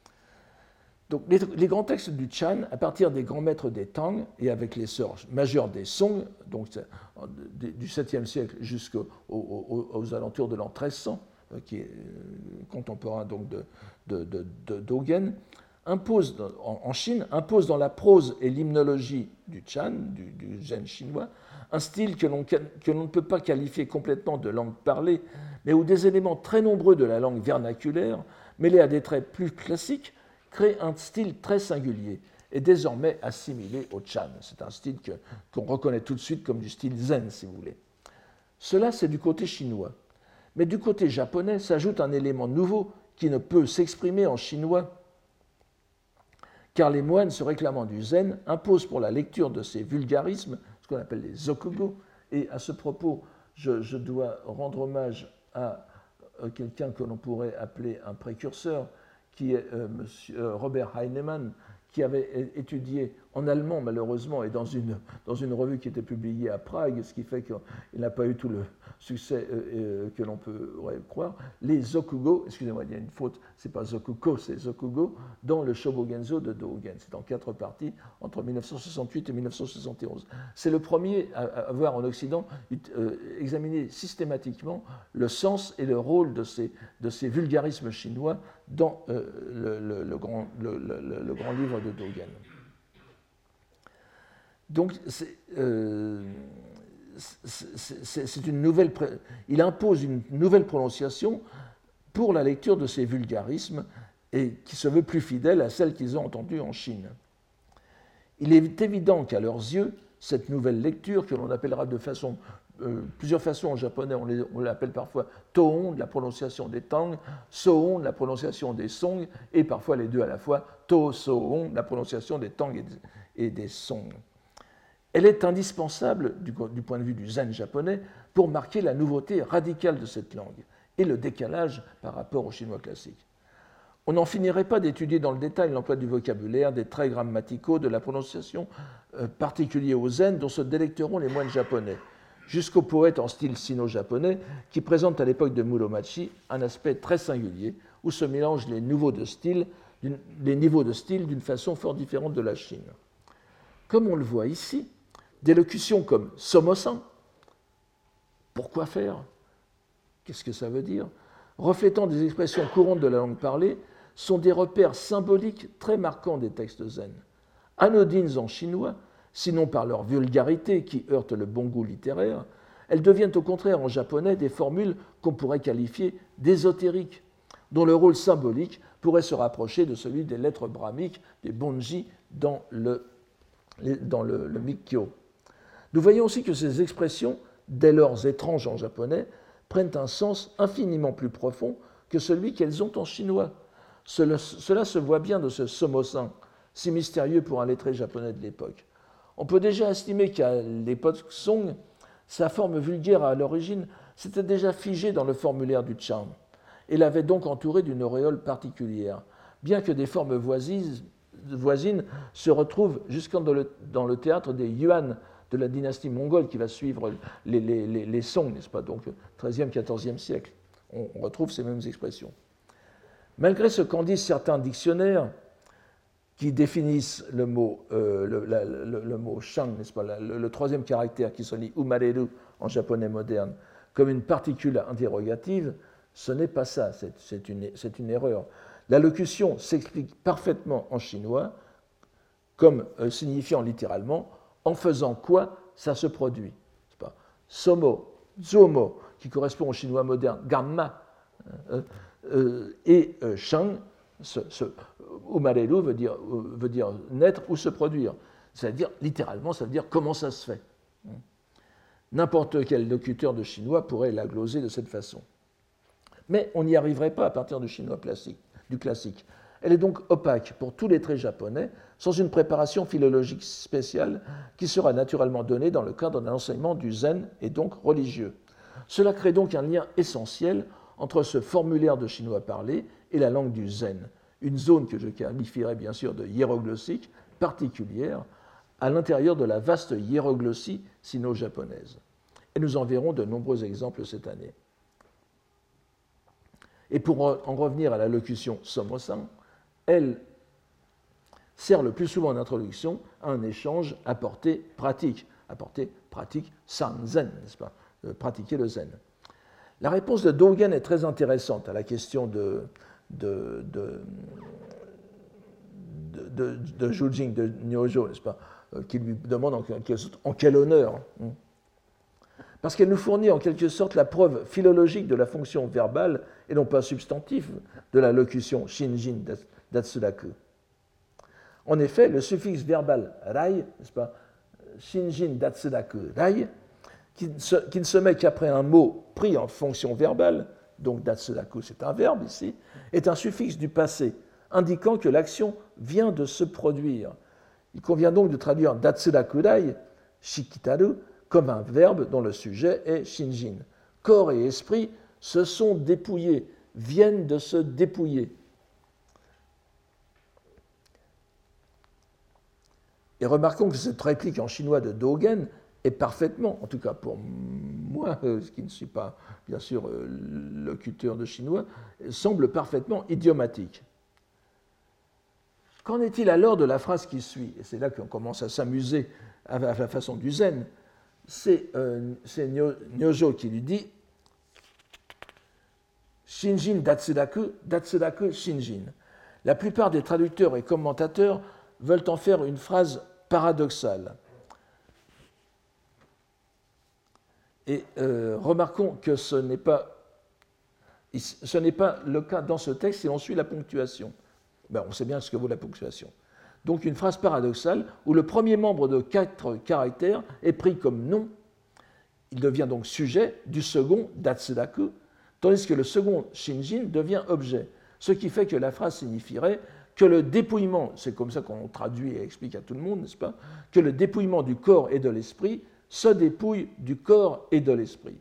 Donc, les, les grands textes du Chan, à partir des grands maîtres des Tang, et avec les sœurs majeures des Song, donc du septième siècle jusqu'aux aux, aux alentours de l'an treize cents, qui est contemporain donc de, de, de, de Dogen, impose en Chine, impose dans la prose et l'hymnologie du Chan, du, du zen chinois, un style que l'on, que l'on ne peut pas qualifier complètement de langue parlée, mais où des éléments très nombreux de la langue vernaculaire, mêlés à des traits plus classiques, créent un style très singulier et désormais assimilé au Chan. C'est un style que, qu'on reconnaît tout de suite comme du style zen, si vous voulez. Cela, c'est du côté chinois. Mais du côté japonais s'ajoute un élément nouveau qui ne peut s'exprimer en chinois, car les moines se réclamant du zen imposent pour la lecture de ces vulgarismes ce qu'on appelle les zokugo. Et à ce propos, je, je dois rendre hommage à quelqu'un que l'on pourrait appeler un précurseur, qui est euh, monsieur, euh, Robert Heinemann, qui avait étudié en allemand, malheureusement, et dans une, dans une revue qui était publiée à Prague, ce qui fait qu'il n'a pas eu tout le succès euh, euh, que l'on peut ouais, croire, les Zokugo, excusez-moi, il y a une faute, c'est pas Zokuko, c'est Zokugo, dans le Shobogenzo de Dogen. C'est en quatre parties, entre mille neuf cent soixante-huit et mille neuf cent soixante et onze. C'est le premier à, à avoir en Occident euh, examiné systématiquement le sens et le rôle de ces, de ces vulgarismes chinois dans euh, le, le, le, grand, le, le, le grand livre de Dogen. Donc, c'est, euh, c'est, c'est une nouvelle, il impose une nouvelle prononciation pour la lecture de ces vulgarismes et qui se veut plus fidèle à celle qu'ils ont entendue en Chine. Il est évident qu'à leurs yeux, cette nouvelle lecture, que l'on appellera de façon, euh, plusieurs façons en japonais, on, les, on l'appelle parfois Tohon, de la prononciation des Tang, Sohon, de la prononciation des Song, et parfois les deux à la fois, To-Sohon, de la prononciation des Tang et des, et des Song. Elle est indispensable, du, du point de vue du zen japonais, pour marquer la nouveauté radicale de cette langue et le décalage par rapport au chinois classique. On n'en finirait pas d'étudier dans le détail l'emploi du vocabulaire, des traits grammaticaux, de la prononciation euh, particuliers au zen dont se délecteront les moines japonais, jusqu'aux poètes en style sino-japonais qui présentent à l'époque de Muromachi un aspect très singulier où se mélangent les, nouveaux de style, les niveaux de style d'une façon fort différente de la Chine. Comme on le voit ici, des locutions comme « somo-san », pourquoi faire ? Qu'est-ce que ça veut dire ? Reflétant des expressions courantes de la langue parlée, sont des repères symboliques très marquants des textes zen. Anodines en chinois, sinon par leur vulgarité qui heurte le bon goût littéraire, elles deviennent au contraire en japonais des formules qu'on pourrait qualifier d'ésotériques, dont le rôle symbolique pourrait se rapprocher de celui des lettres brahmiques, des bonji, dans le, dans le, le Mikkyo. Nous voyons aussi que ces expressions, dès lors étranges en japonais, prennent un sens infiniment plus profond que celui qu'elles ont en chinois. Cela, cela se voit bien de ce somo-san, si mystérieux pour un lettré japonais de l'époque. On peut déjà estimer qu'à l'époque Song, sa forme vulgaire à l'origine s'était déjà figée dans le formulaire du Chan et l'avait donc entouré d'une auréole particulière, bien que des formes voisines, voisines se retrouvent jusqu'en dans le, dans le théâtre des Yuan de la dynastie mongole qui va suivre les, les, les, les Song, n'est-ce pas, donc treizième, quatorzième siècle. On, on retrouve ces mêmes expressions. Malgré ce qu'en disent certains dictionnaires qui définissent le mot, euh, le, la, le, le mot shang, n'est-ce pas, le, le troisième caractère qui se lit umareru en japonais moderne, comme une particule interrogative, ce n'est pas ça, c'est, c'est, une, c'est une erreur. La locution s'explique parfaitement en chinois comme euh, signifiant littéralement « en faisant quoi ça se produit ». C'est pas somo, zomo, qui correspond au chinois moderne, gamma, euh, euh, et euh, shang, ce, ce, umareru veut dire, veut dire naître ou se produire. C'est-à-dire, littéralement, ça veut dire comment ça se fait. N'importe quel locuteur de chinois pourrait la gloser de cette façon. Mais on n'y arriverait pas à partir du chinois classique, du classique. Elle est donc opaque pour tous les traits japonais, sans une préparation philologique spéciale qui sera naturellement donnée dans le cadre d'un enseignement du zen et donc religieux. Cela crée donc un lien essentiel entre ce formulaire de chinois parlé et la langue du zen, une zone que je qualifierais bien sûr de hiéroglossique particulière à l'intérieur de la vaste hiéroglossie sino-japonaise. Et nous en verrons de nombreux exemples cette année. Et pour en revenir à la locution somo-san, elle sert le plus souvent d'introduction à un échange à portée pratique, à portée pratique san-zen, n'est-ce pas, de pratiquer le zen. La réponse de Dogen est très intéressante à la question de, de, de, de, de, de Jujing, de Nyojo, n'est-ce pas, qui lui demande en, en quel honneur. Parce qu'elle nous fournit en quelque sorte la preuve philologique de la fonction verbale et non pas substantive de la locution shinjin datsudaku. En effet, le suffixe verbal rai, n'est-ce pas, shinjin datsudaku rai, qui, qui ne se met qu'après un mot pris en fonction verbale, donc datsudaku c'est un verbe ici, est un suffixe du passé, indiquant que l'action vient de se produire. Il convient donc de traduire datsudaku rai, shikitaru, comme un verbe dont le sujet est shinjin. Corps et esprit se sont dépouillés, viennent de se dépouiller. Et remarquons que cette réplique en chinois de Dogen est parfaitement, en tout cas pour moi, qui ne suis pas bien sûr locuteur de chinois, semble parfaitement idiomatique. Qu'en est-il alors de la phrase qui suit? Et c'est là qu'on commence à s'amuser à la façon du zen. C'est euh, Nyojo qui lui dit Shinjin Datsuraku, Datsuraku Shinjin. La plupart des traducteurs et commentateurs veulent en faire une phrase paradoxale. Et euh, remarquons que ce n'est pas, ce n'est pas le cas dans ce texte si on suit la ponctuation. Ben, on sait bien ce que vaut la ponctuation. Donc une phrase paradoxale où le premier membre de quatre caractères est pris comme nom. Il devient donc sujet du second Datsuraku, tandis que le second Shinjin devient objet. Ce qui fait que la phrase signifierait que le dépouillement, c'est comme ça qu'on traduit et explique à tout le monde, n'est-ce pas, que le dépouillement du corps et de l'esprit se dépouille du corps et de l'esprit.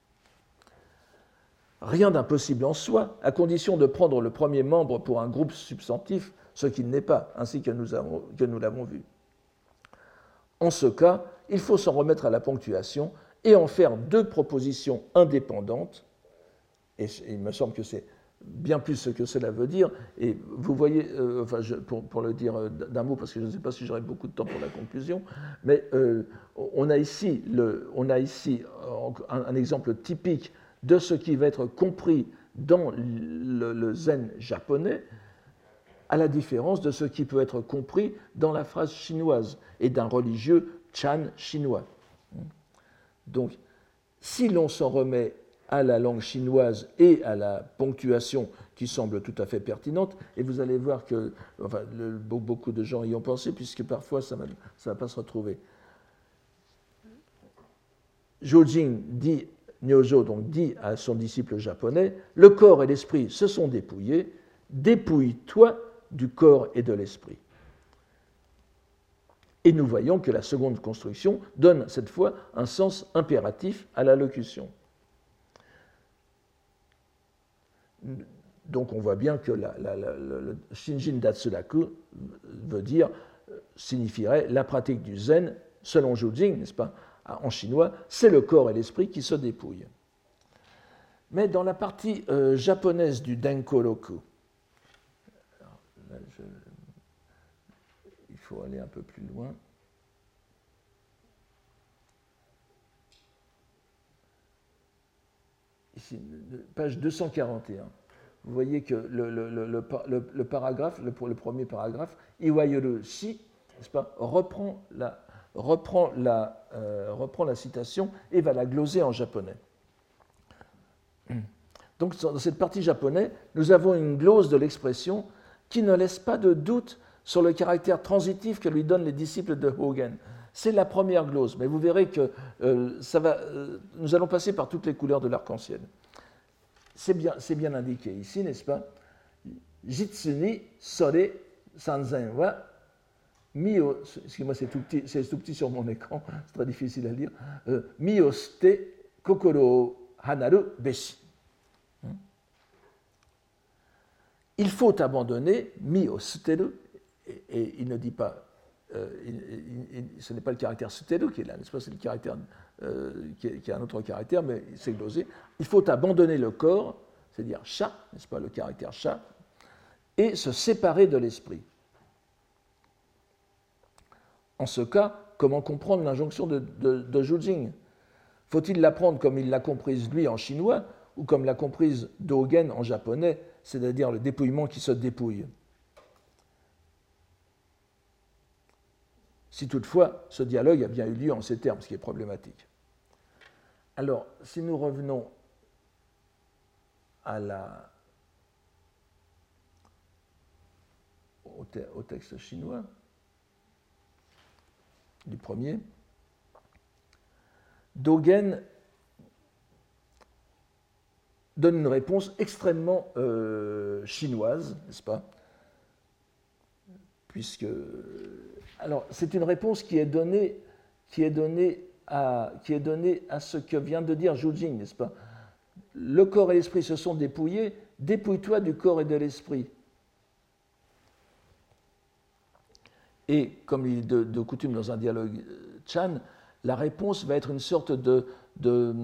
Rien d'impossible en soi, à condition de prendre le premier membre pour un groupe substantif, ce qu'il n'est pas, ainsi que nous, avons, que nous l'avons vu. En ce cas, il faut s'en remettre à la ponctuation et en faire deux propositions indépendantes, et il me semble que c'est bien plus ce que cela veut dire, et vous voyez, euh, enfin, je, pour, pour le dire d'un mot, parce que je ne sais pas si j'aurai beaucoup de temps pour la conclusion, mais euh, on a ici, le, on a ici un, un exemple typique de ce qui va être compris dans le, le zen japonais, à la différence de ce qui peut être compris dans la phrase chinoise et d'un religieux Chan chinois. Donc, si l'on s'en remet à la langue chinoise et à la ponctuation qui semble tout à fait pertinente, et vous allez voir que enfin, le, beaucoup de gens y ont pensé, puisque parfois ça ne va, va pas se retrouver. Jojin dit, Nyojo donc dit à son disciple japonais, le corps et l'esprit se sont dépouillés, dépouille-toi du corps et de l'esprit. Et nous voyons que la seconde construction donne cette fois un sens impératif à la locution. Donc on voit bien que la, la, la, le Shinjin Datsuraku veut dire, signifierait la pratique du zen, selon Jojin, n'est-ce pas, en chinois, c'est le corps et l'esprit qui se dépouillent. Mais dans la partie euh, japonaise du Denko-roku, alors, là, je, il faut aller un peu plus loin. Ici, page deux cent quarante et un. Vous voyez que le, le, le, le, le paragraphe, le, le premier paragraphe, Iwayoru shi, n'est-ce pas, reprend la, reprend, la, euh, reprend la citation et va la gloser en japonais. Donc, dans cette partie japonaise, nous avons une glose de l'expression qui ne laisse pas de doute sur le caractère transitif que lui donnent les disciples de Hogen. C'est la première glose, mais vous verrez que euh, ça va, euh, nous allons passer par toutes les couleurs de l'arc-en-ciel. C'est bien, c'est bien indiqué ici, n'est-ce pas? Jitsu ni sore sanzen wa mio, excusez-moi, c'est tout petit, c'est tout petit sur mon écran, c'est très difficile à lire. Euh, mio sute kokoro o hanaru beshi. Il faut abandonner mio suteru, et, et il ne dit pas. Euh, il, il, il, ce n'est pas le caractère suteru qui est là, n'est-ce pas? C'est le caractère euh, qui, est, qui est un autre caractère, mais c'est glosé. Il faut abandonner le corps, c'est-à-dire sha, n'est-ce pas, le caractère sha, et se séparer de l'esprit. En ce cas, comment comprendre l'injonction de, de, de Jujing? Faut-il l'apprendre comme il l'a comprise lui en chinois, ou comme l'a comprise Dogen en japonais, c'est-à-dire le dépouillement qui se dépouille? Si toutefois ce dialogue a bien eu lieu en ces termes, ce qui est problématique. Alors, si nous revenons à la, au, te, au texte chinois du premier, Dogen donne une réponse extrêmement euh, chinoise, n'est-ce pas? Puisque... Alors, c'est une réponse qui est donnée, qui est donnée, à, qui est donnée à ce que vient de dire Jujing, n'est-ce pas? Le corps et l'esprit se sont dépouillés, dépouille-toi du corps et de l'esprit. Et comme il est de, de coutume dans un dialogue Chan, la réponse va être une sorte de, de,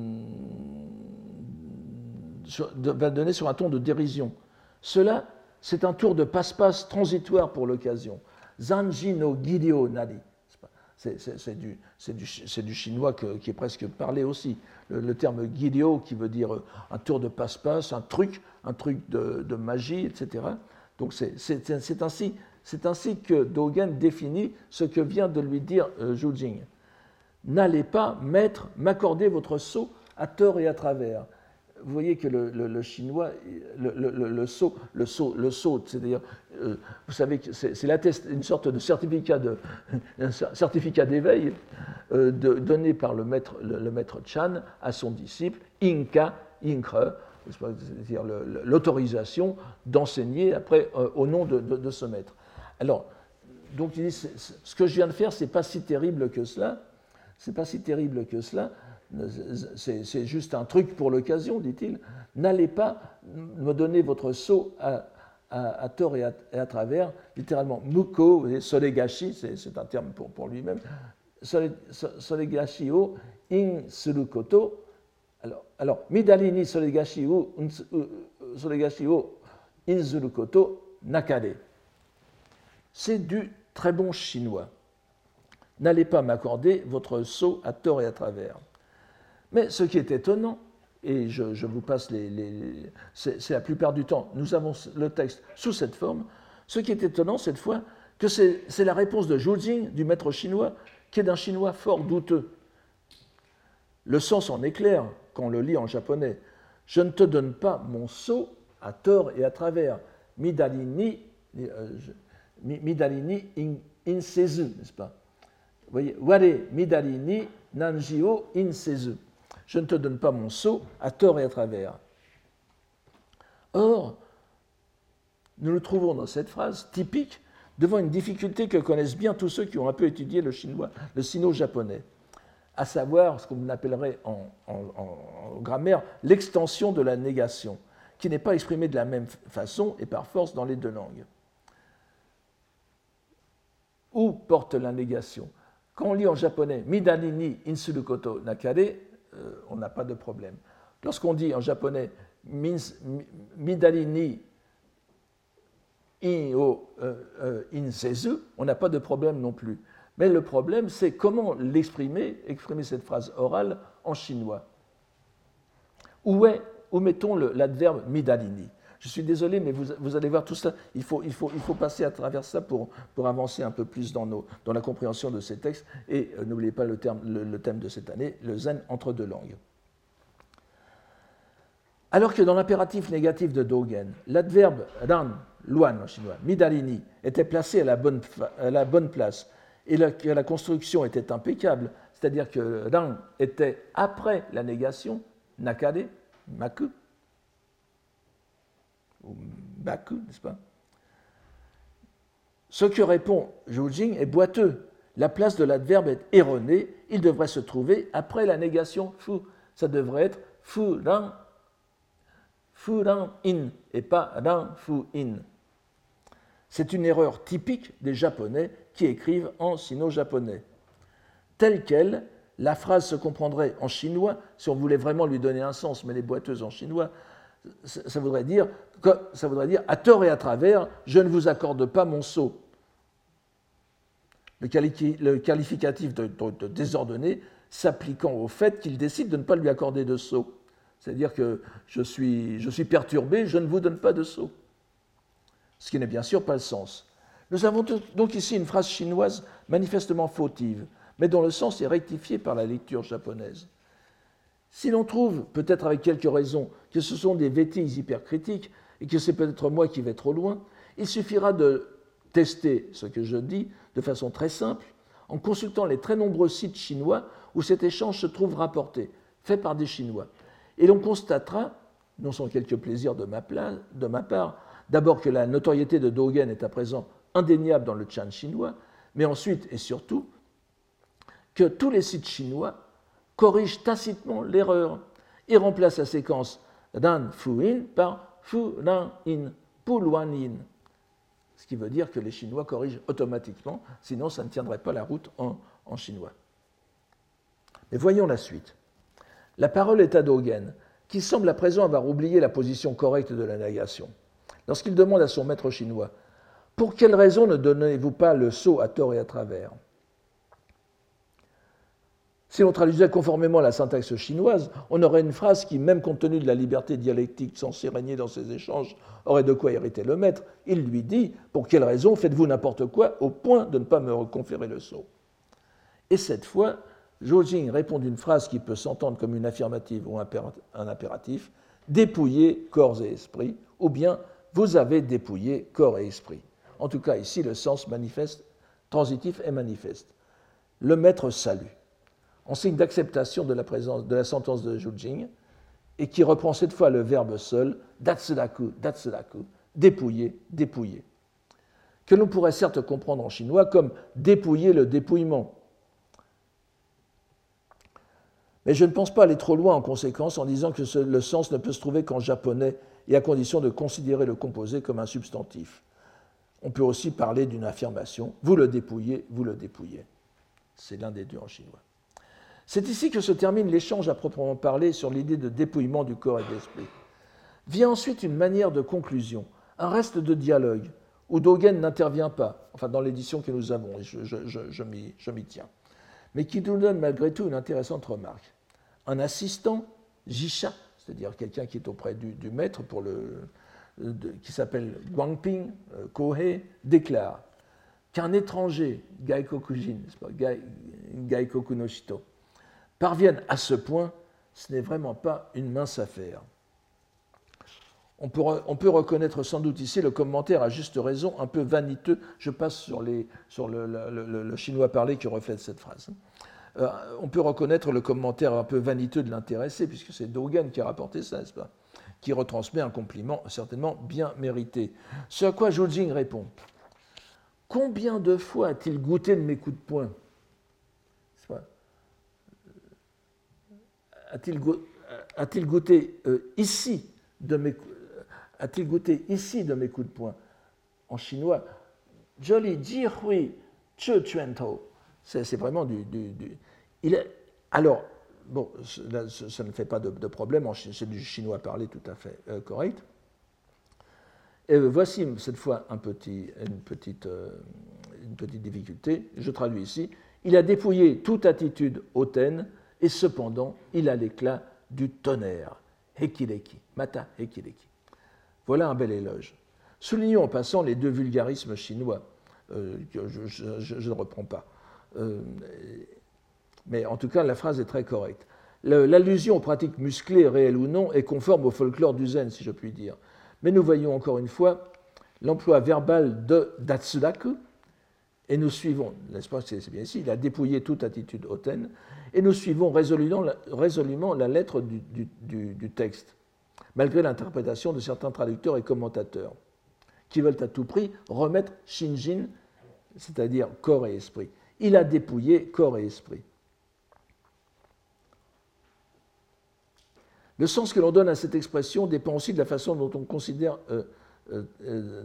de va donner sur un ton de dérision. Cela, c'est un tour de passe-passe transitoire pour l'occasion. Zanji no Gidio Nari. C'est, c'est, c'est, du, c'est, du, c'est du chinois que, qui est presque parlé aussi. Le, le terme Gidio qui veut dire un tour de passe-passe, un truc, un truc de, de magie, et cetera. Donc c'est, c'est, c'est, ainsi, c'est ainsi que Dogen définit ce que vient de lui dire euh, Zhu Jing. N'allez pas, maître, m'accorder votre sceau à tort et à travers. Vous voyez que le, le, le chinois, le, le, le, sceau, le, sceau, le sceau, c'est-à-dire, euh, vous savez que c'est, c'est une sorte de certificat, de, un certificat d'éveil euh, de, donné par le maître, le, le maître Chan à son disciple, Inka, Inkre, c'est-à-dire le, le, l'autorisation d'enseigner après euh, au nom de, de, de ce maître. Alors, donc il dit, c'est, c'est, ce que je viens de faire, c'est pas si terrible que cela, c'est pas si terrible que cela. C'est, c'est juste un truc pour l'occasion, dit-il. N'allez pas me donner votre sceau à, à, à tort et à, et à travers. Littéralement, muko, solegashi, c'est, c'est un terme pour, pour lui-même. Sole, solegashi o in suru koto. Alors, alors midari ni solegashi o, solegashi o in suru koto nakare. C'est du très bon chinois. N'allez pas m'accorder votre sceau à tort et à travers. Mais ce qui est étonnant, et je, je vous passe les... les c'est, c'est la plupart du temps, nous avons le texte sous cette forme, ce qui est étonnant cette fois, que c'est, c'est la réponse de Zhu Jing, du maître chinois, qui est d'un chinois fort douteux. Le sens en est clair quand on le lit en japonais. Je ne te donne pas mon sceau à tort et à travers. Midari ni, euh, midari ni in, in sezu, n'est-ce pas? Vous voyez, ware midari ni nanji o in sezu. Je ne te donne pas mon sceau à tort et à travers. Or, nous nous trouvons dans cette phrase typique devant une difficulté que connaissent bien tous ceux qui ont un peu étudié le chinois, le sino-japonais, à savoir ce qu'on appellerait en, en, en grammaire l'extension de la négation, qui n'est pas exprimée de la même façon et par force dans les deux langues. Où porte la négation? Quand on lit en japonais midari ni insuru koto nakare, Euh, on n'a pas de problème. Lorsqu'on dit en japonais midari ni in o euh, euh, in sezu, on n'a pas de problème non plus. Mais le problème, c'est comment l'exprimer, exprimer cette phrase orale en chinois. Où, est, où mettons le, l'adverbe midari ni? Je suis désolé, mais vous, vous allez voir tout ça, il faut, il faut, il faut passer à travers ça pour, pour avancer un peu plus dans, nos, dans la compréhension de ces textes. Et euh, n'oubliez pas le, terme, le, le thème de cette année, le zen entre deux langues. Alors que dans l'impératif négatif de Dogen, l'adverbe ran, luan en chinois, midari ni, était placé à la bonne, à la bonne place et la, que la construction était impeccable, c'est-à-dire que ran était après la négation, nakare, maku, ou baku, n'est-ce pas? Ce que répond Zhu Jing est boiteux. La place de l'adverbe est erronée. Il devrait se trouver après la négation fu. Ça devrait être fu ran, fu ran in, et pas ran fu in. C'est une erreur typique des Japonais qui écrivent en sino-japonais. Telle qu'elle, la phrase se comprendrait en chinois, si on voulait vraiment lui donner un sens, mais les boiteuses en chinois, ça voudrait dire, ça voudrait dire à tort et à travers, je ne vous accorde pas mon sceau. Le, quali- le qualificatif de, de, de désordonné s'appliquant au fait qu'il décide de ne pas lui accorder de sceau. C'est-à-dire que je suis, je suis perturbé, je ne vous donne pas de sceau. Ce qui n'est bien sûr pas le sens. Nous avons donc ici une phrase chinoise manifestement fautive, mais dont le sens est rectifié par la lecture japonaise. Si l'on trouve, peut-être avec quelques raisons, que ce sont des bêtises hypercritiques et que c'est peut-être moi qui vais trop loin, il suffira de tester ce que je dis de façon très simple en consultant les très nombreux sites chinois où cet échange se trouve rapporté, fait par des Chinois. Et l'on constatera, non sans quelques plaisirs de ma, place, de ma part, d'abord que la notoriété de Dogen est à présent indéniable dans le Chan chinois, mais ensuite et surtout que tous les sites chinois corrige tacitement l'erreur et remplace la séquence ran fu in par fu ran in, pu luan in. ce qui veut dire que les Chinois corrigent automatiquement, sinon ça ne tiendrait pas la route en, en chinois. Mais voyons la suite. La parole est à Dogen, qui semble à présent avoir oublié la position correcte de la négation. Lorsqu'il demande à son maître chinois « Pour quelle raison ne donnez-vous pas le sceau à tort et à travers ?» Si l'on traduisait conformément à la syntaxe chinoise, on aurait une phrase qui, même compte tenu de la liberté dialectique censée régner dans ces échanges, aurait de quoi irriter le maître. Il lui dit « Pour quelle raison faites-vous n'importe quoi au point de ne pas me conférer le sceau ?» Et cette fois, Zhou Jing répond d'une phrase qui peut s'entendre comme une affirmative ou un impératif « Dépouillez corps et esprit » ou bien « Vous avez dépouillé corps et esprit ». En tout cas, ici, le sens manifeste, transitif est manifeste. Le maître salue, en signe d'acceptation de la présence de la sentence de Zhou Jing, et qui reprend cette fois le verbe seul, datsuraku, datsuraku, dépouiller, dépouiller, que l'on pourrait certes comprendre en chinois comme dépouiller le dépouillement. Mais je ne pense pas aller trop loin en conséquence en disant que ce, le sens ne peut se trouver qu'en japonais et à condition de considérer le composé comme un substantif. On peut aussi parler d'une affirmation, vous le dépouillez, vous le dépouillez. C'est l'un des deux en chinois. C'est ici que se termine l'échange à proprement parler sur l'idée de dépouillement du corps et de l'esprit. Vient ensuite une manière de conclusion, un reste de dialogue, où Dogen n'intervient pas, enfin dans l'édition que nous avons, et je, je, je, je, m'y, je m'y tiens, mais qui nous donne malgré tout une intéressante remarque. Un assistant, Jisha, c'est-à-dire quelqu'un qui est auprès du, du maître, pour le, de, qui s'appelle Guangping, euh, Kohei, déclare qu'un étranger, Gaikokujin, n'est-ce pas, Gai, Gaikoku no Shito, parviennent à ce point, ce n'est vraiment pas une mince affaire. On peut, on peut reconnaître sans doute ici le commentaire à juste raison un peu vaniteux. Je passe sur, les, sur le, le, le, le chinois parlé qui reflète cette phrase. Euh, on peut reconnaître le commentaire un peu vaniteux de l'intéressé, puisque c'est Dogen qui a rapporté ça, n'est-ce pas, qui retransmet un compliment certainement bien mérité. Ce à quoi Zhou Jing répond. Combien de fois a-t-il goûté de mes coups de poing ? A-t-il, go- a-t-il goûté euh, ici de mes a-t-il goûté ici de mes coups de poing? En chinois, Joli Ji Hui Che Chuantou. C'est, c'est vraiment du. du, du il est, alors, bon, là, ça ne fait pas de, de problème, c'est du chinois parlé tout à fait euh, correct. Et voici cette fois un petit, une, petite, euh, une petite difficulté. Je traduis ici. Il a dépouillé toute attitude hautaine. Et cependant, il a l'éclat du tonnerre. Hekireki, mata hekireki. Voilà un bel éloge. Soulignons en passant les deux vulgarismes chinois, euh, que je, je, je, je ne reprends pas. Euh, mais en tout cas, la phrase est très correcte. Le, l'allusion aux pratiques musclées, réelles ou non, est conforme au folklore du zen, si je puis dire. Mais nous voyons encore une fois l'emploi verbal de datsuraku, et nous suivons, n'est-ce pas, c'est bien ici, il a dépouillé toute attitude hautaine, et nous suivons résolument la, résolument la lettre du, du, du, du texte, malgré l'interprétation de certains traducteurs et commentateurs, qui veulent à tout prix remettre Shinjin, c'est-à-dire corps et esprit. Il a dépouillé corps et esprit. Le sens que l'on donne à cette expression dépend aussi de la façon dont on considère euh, euh, euh,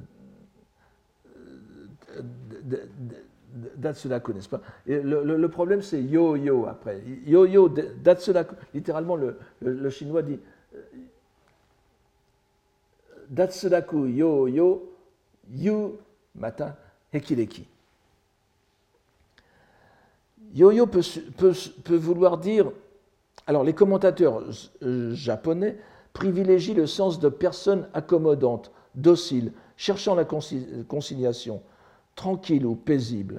Datsuraku, n'est-ce pas? Et le, le, le problème, c'est yo-yo après. Yo-yo, Datsuraku, littéralement, le, le, le chinois dit Datsuraku, yo-yo, yu, mata, hekireki. Yo-yo peut, peut, peut vouloir dire. Alors, les commentateurs japonais privilégient le sens de personne accommodante, docile, cherchant la conciliation, tranquille ou paisible.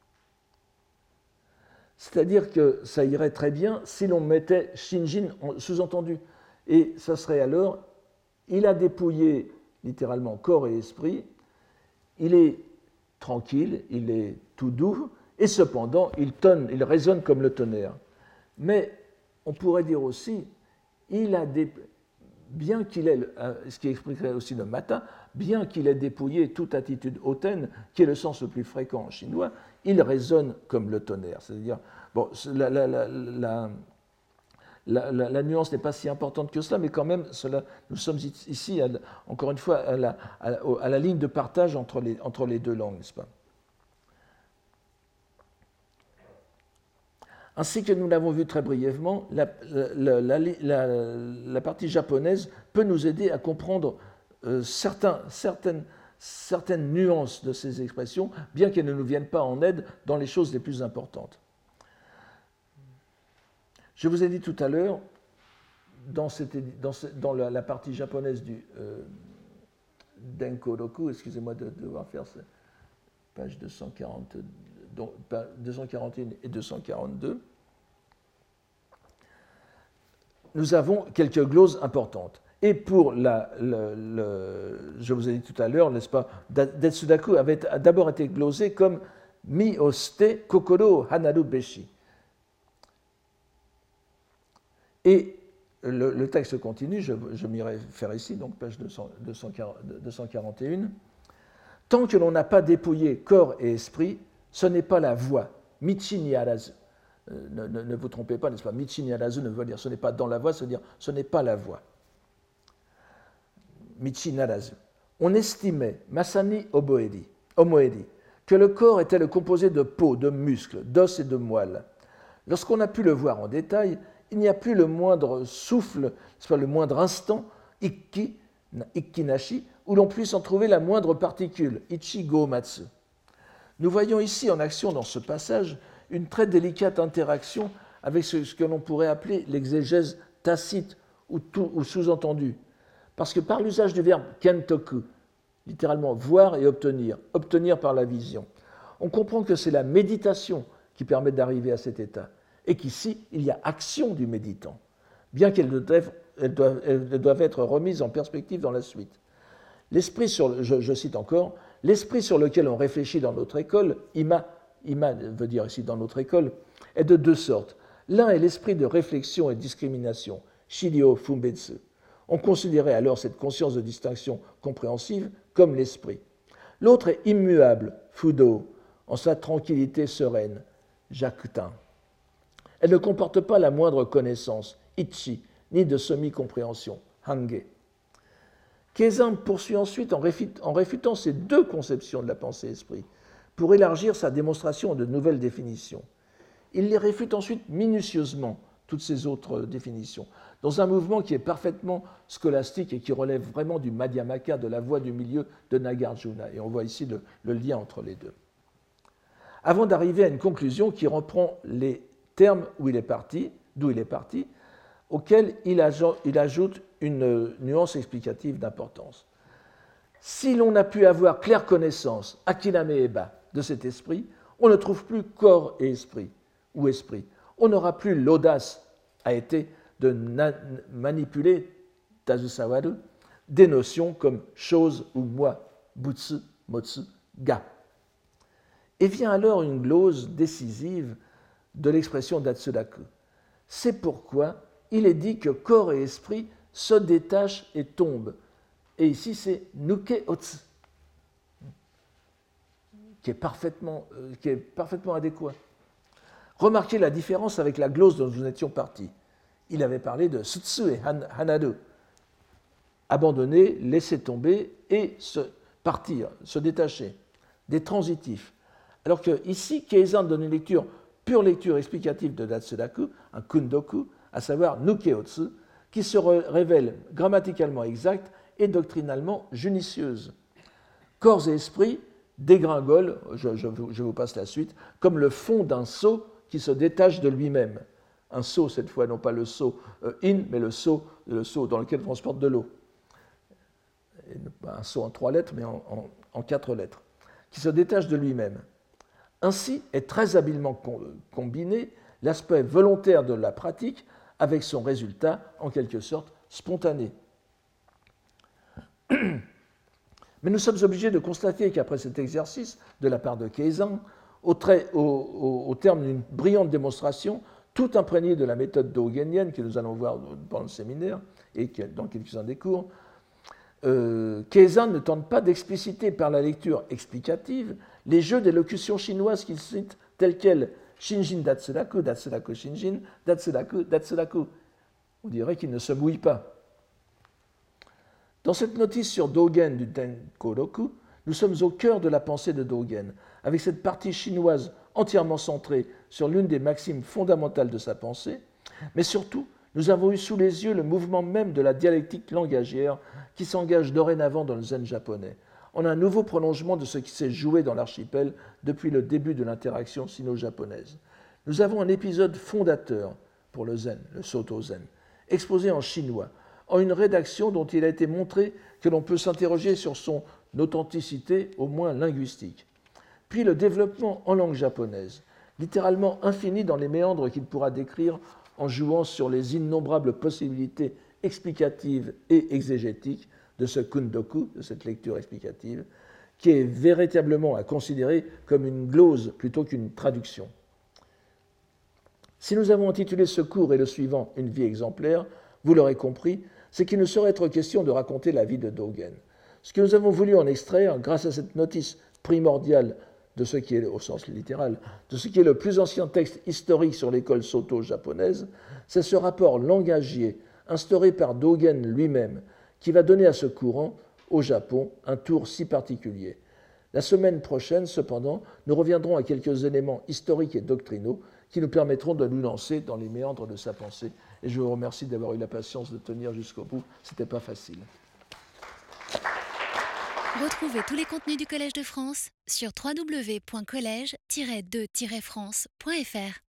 C'est-à-dire que ça irait très bien si l'on mettait Shinjin sous-entendu. Et ça serait alors, il a dépouillé littéralement corps et esprit, il est tranquille, il est tout doux, et cependant, il tonne, il résonne comme le tonnerre. Mais on pourrait dire aussi, il a dé... bien qu'il ait, ce qui expliquerait aussi le mata, bien qu'il ait dépouillé toute attitude hautaine, qui est le sens le plus fréquent en chinois, il résonne comme le tonnerre. C'est-à-dire, bon, la, la, la, la, la, la, la nuance n'est pas si importante que cela, mais quand même, cela, nous sommes ici, à, encore une fois, à la, à, à la ligne de partage entre les, entre les deux langues, n'est-ce pas? Ainsi que nous l'avons vu très brièvement, la, la, la, la, la partie japonaise peut nous aider à comprendre euh, certains, certaines, certaines nuances de ces expressions, bien qu'elles ne nous viennent pas en aide dans les choses les plus importantes. Je vous ai dit tout à l'heure, dans, cette, dans, ce, dans la, la partie japonaise du euh, Denko-roku, excusez-moi de, de devoir faire cette page deux cent quarante, donc, deux cent quarante et un et deux cent quarante-deux, nous avons quelques gloses importantes. Et pour la, le, le, je vous ai dit tout à l'heure, n'est-ce pas, Detsudaku avait d'abord été glosé comme Mi oste kokoro hanaru beshi. Et le, le texte continue, je, je m'y réfère ici, donc page deux cent quarante et un. Tant que l'on n'a pas dépouillé corps et esprit, ce n'est pas la voie, michi ni arazu. Euh, ne, ne, ne vous trompez pas, n'est-ce pas? Michi ni arazu ne veut dire ce n'est pas dans la voie, ça veut dire ce n'est pas la voie. Michi narazu. On estimait, Masani omoeri, omoeri, que le corps était le composé de peau, de muscles, d'os et de moelle. Lorsqu'on a pu le voir en détail, il n'y a plus le moindre souffle, c'est pas le moindre instant, ikki, ikkinashi, où l'on puisse en trouver la moindre particule, ichi go matsu. Nous voyons ici en action dans ce passage une très délicate interaction avec ce, ce que l'on pourrait appeler l'exégèse tacite ou, ou sous-entendue. Parce que par l'usage du verbe kentoku, littéralement voir et obtenir, obtenir par la vision, on comprend que c'est la méditation qui permet d'arriver à cet état, et qu'ici, il y a action du méditant, bien qu'elle doive, elle doive, elle doive être remise en perspective dans la suite. L'esprit sur, je, je cite encore, l'esprit sur lequel on réfléchit dans notre école, ima, ima veut dire ici dans notre école, est de deux sortes. L'un est l'esprit de réflexion et de discrimination, shirio fumbetsu. On considérait alors cette conscience de distinction compréhensive comme l'esprit. L'autre est immuable, fudo, en sa tranquillité sereine, jakutin. Elle ne comporte pas la moindre connaissance, ichi, ni de semi-compréhension, hange. Keizan poursuit ensuite en réfutant ces deux conceptions de la pensée-esprit pour élargir sa démonstration de nouvelles définitions. Il les réfute ensuite minutieusement, toutes ces autres définitions, dans un mouvement qui est parfaitement scolastique et qui relève vraiment du Madhyamaka, de la voie du milieu de Nagarjuna. Et on voit ici le, le lien entre les deux. Avant d'arriver à une conclusion qui reprend les termes où il est parti, d'où il est parti, auquel il ajoute une nuance explicative d'importance. Si l'on a pu avoir claire connaissance, akiname eba, de cet esprit, on ne trouve plus corps et esprit, ou esprit. On n'aura plus l'audace, a été, de manipuler, tazusawaru, des notions comme chose ou moi, butsu, motsu, ga. Et vient alors une glose décisive de l'expression d'Atsudaku. C'est pourquoi il est dit que corps et esprit se détachent et tombent. Et ici, c'est nuke otsu, qui est parfaitement, euh, qui est parfaitement adéquat. Remarquez la différence avec la glose dont nous étions partis. Il avait parlé de sutsu et hanaru, abandonner, laisser tomber et se partir, se détacher, des transitifs. Alors que ici, Keizan donne une lecture, pure lecture explicative de Datsudaku, un kundoku, à savoir nukeotsu, qui se révèle grammaticalement exacte et doctrinalement junicieuse. Corps et esprit dégringolent, je, je, je vous passe la suite, comme le fond d'un seau qui se détache de lui-même. Un seau, cette fois, non pas le seau euh, in, mais le seau, le seau dans lequel on transporte de l'eau. Un seau en trois lettres, mais en, en, en quatre lettres, qui se détache de lui-même. Ainsi est très habilement combiné l'aspect volontaire de la pratique avec son résultat, en quelque sorte, spontané. Mais nous sommes obligés de constater qu'après cet exercice, de la part de Keizan, au, trait, au, au, au terme d'une brillante démonstration, tout imprégné de la méthode dogenienne que nous allons voir pendant le séminaire et dans quelques-uns des cours, euh, Keizan ne tente pas d'expliciter par la lecture explicative les jeux d'élocution chinoises qu'il cite tels quels Shinjin Datsuraku, Datsuraku Shinjin, Datsuraku, Datsuraku. On dirait qu'il ne se mouille pas. Dans cette notice sur Dogen du Tenkoroku, nous sommes au cœur de la pensée de Dogen, avec cette partie chinoise entièrement centrée sur l'une des maximes fondamentales de sa pensée, mais surtout, nous avons eu sous les yeux le mouvement même de la dialectique langagière qui s'engage dorénavant dans le zen japonais. On a un nouveau prolongement de ce qui s'est joué dans l'archipel depuis le début de l'interaction sino-japonaise. Nous avons un épisode fondateur pour le zen, le Soto Zen, exposé en chinois, en une rédaction dont il a été montré que l'on peut s'interroger sur son authenticité, au moins linguistique. Puis le développement en langue japonaise, littéralement infini dans les méandres qu'il pourra décrire en jouant sur les innombrables possibilités explicatives et exégétiques de ce kundoku, de cette lecture explicative, qui est véritablement à considérer comme une glose plutôt qu'une traduction. Si nous avons intitulé ce cours et le suivant « Une vie exemplaire », vous l'aurez compris, c'est qu'il ne saurait être question de raconter la vie de Dogen. Ce que nous avons voulu en extraire, grâce à cette notice primordiale de ce qui est, au sens littéral, de ce qui est le plus ancien texte historique sur l'école Soto japonaise, c'est ce rapport langagier instauré par Dogen lui-même, qui va donner à ce courant, au Japon, un tour si particulier. La semaine prochaine, cependant, nous reviendrons à quelques éléments historiques et doctrinaux qui nous permettront de nous lancer dans les méandres de sa pensée. Et je vous remercie d'avoir eu la patience de tenir jusqu'au bout. Ce n'était pas facile.
Retrouvez tous les contenus du Collège de France sur w w w point collège tiret de tiret france point f r.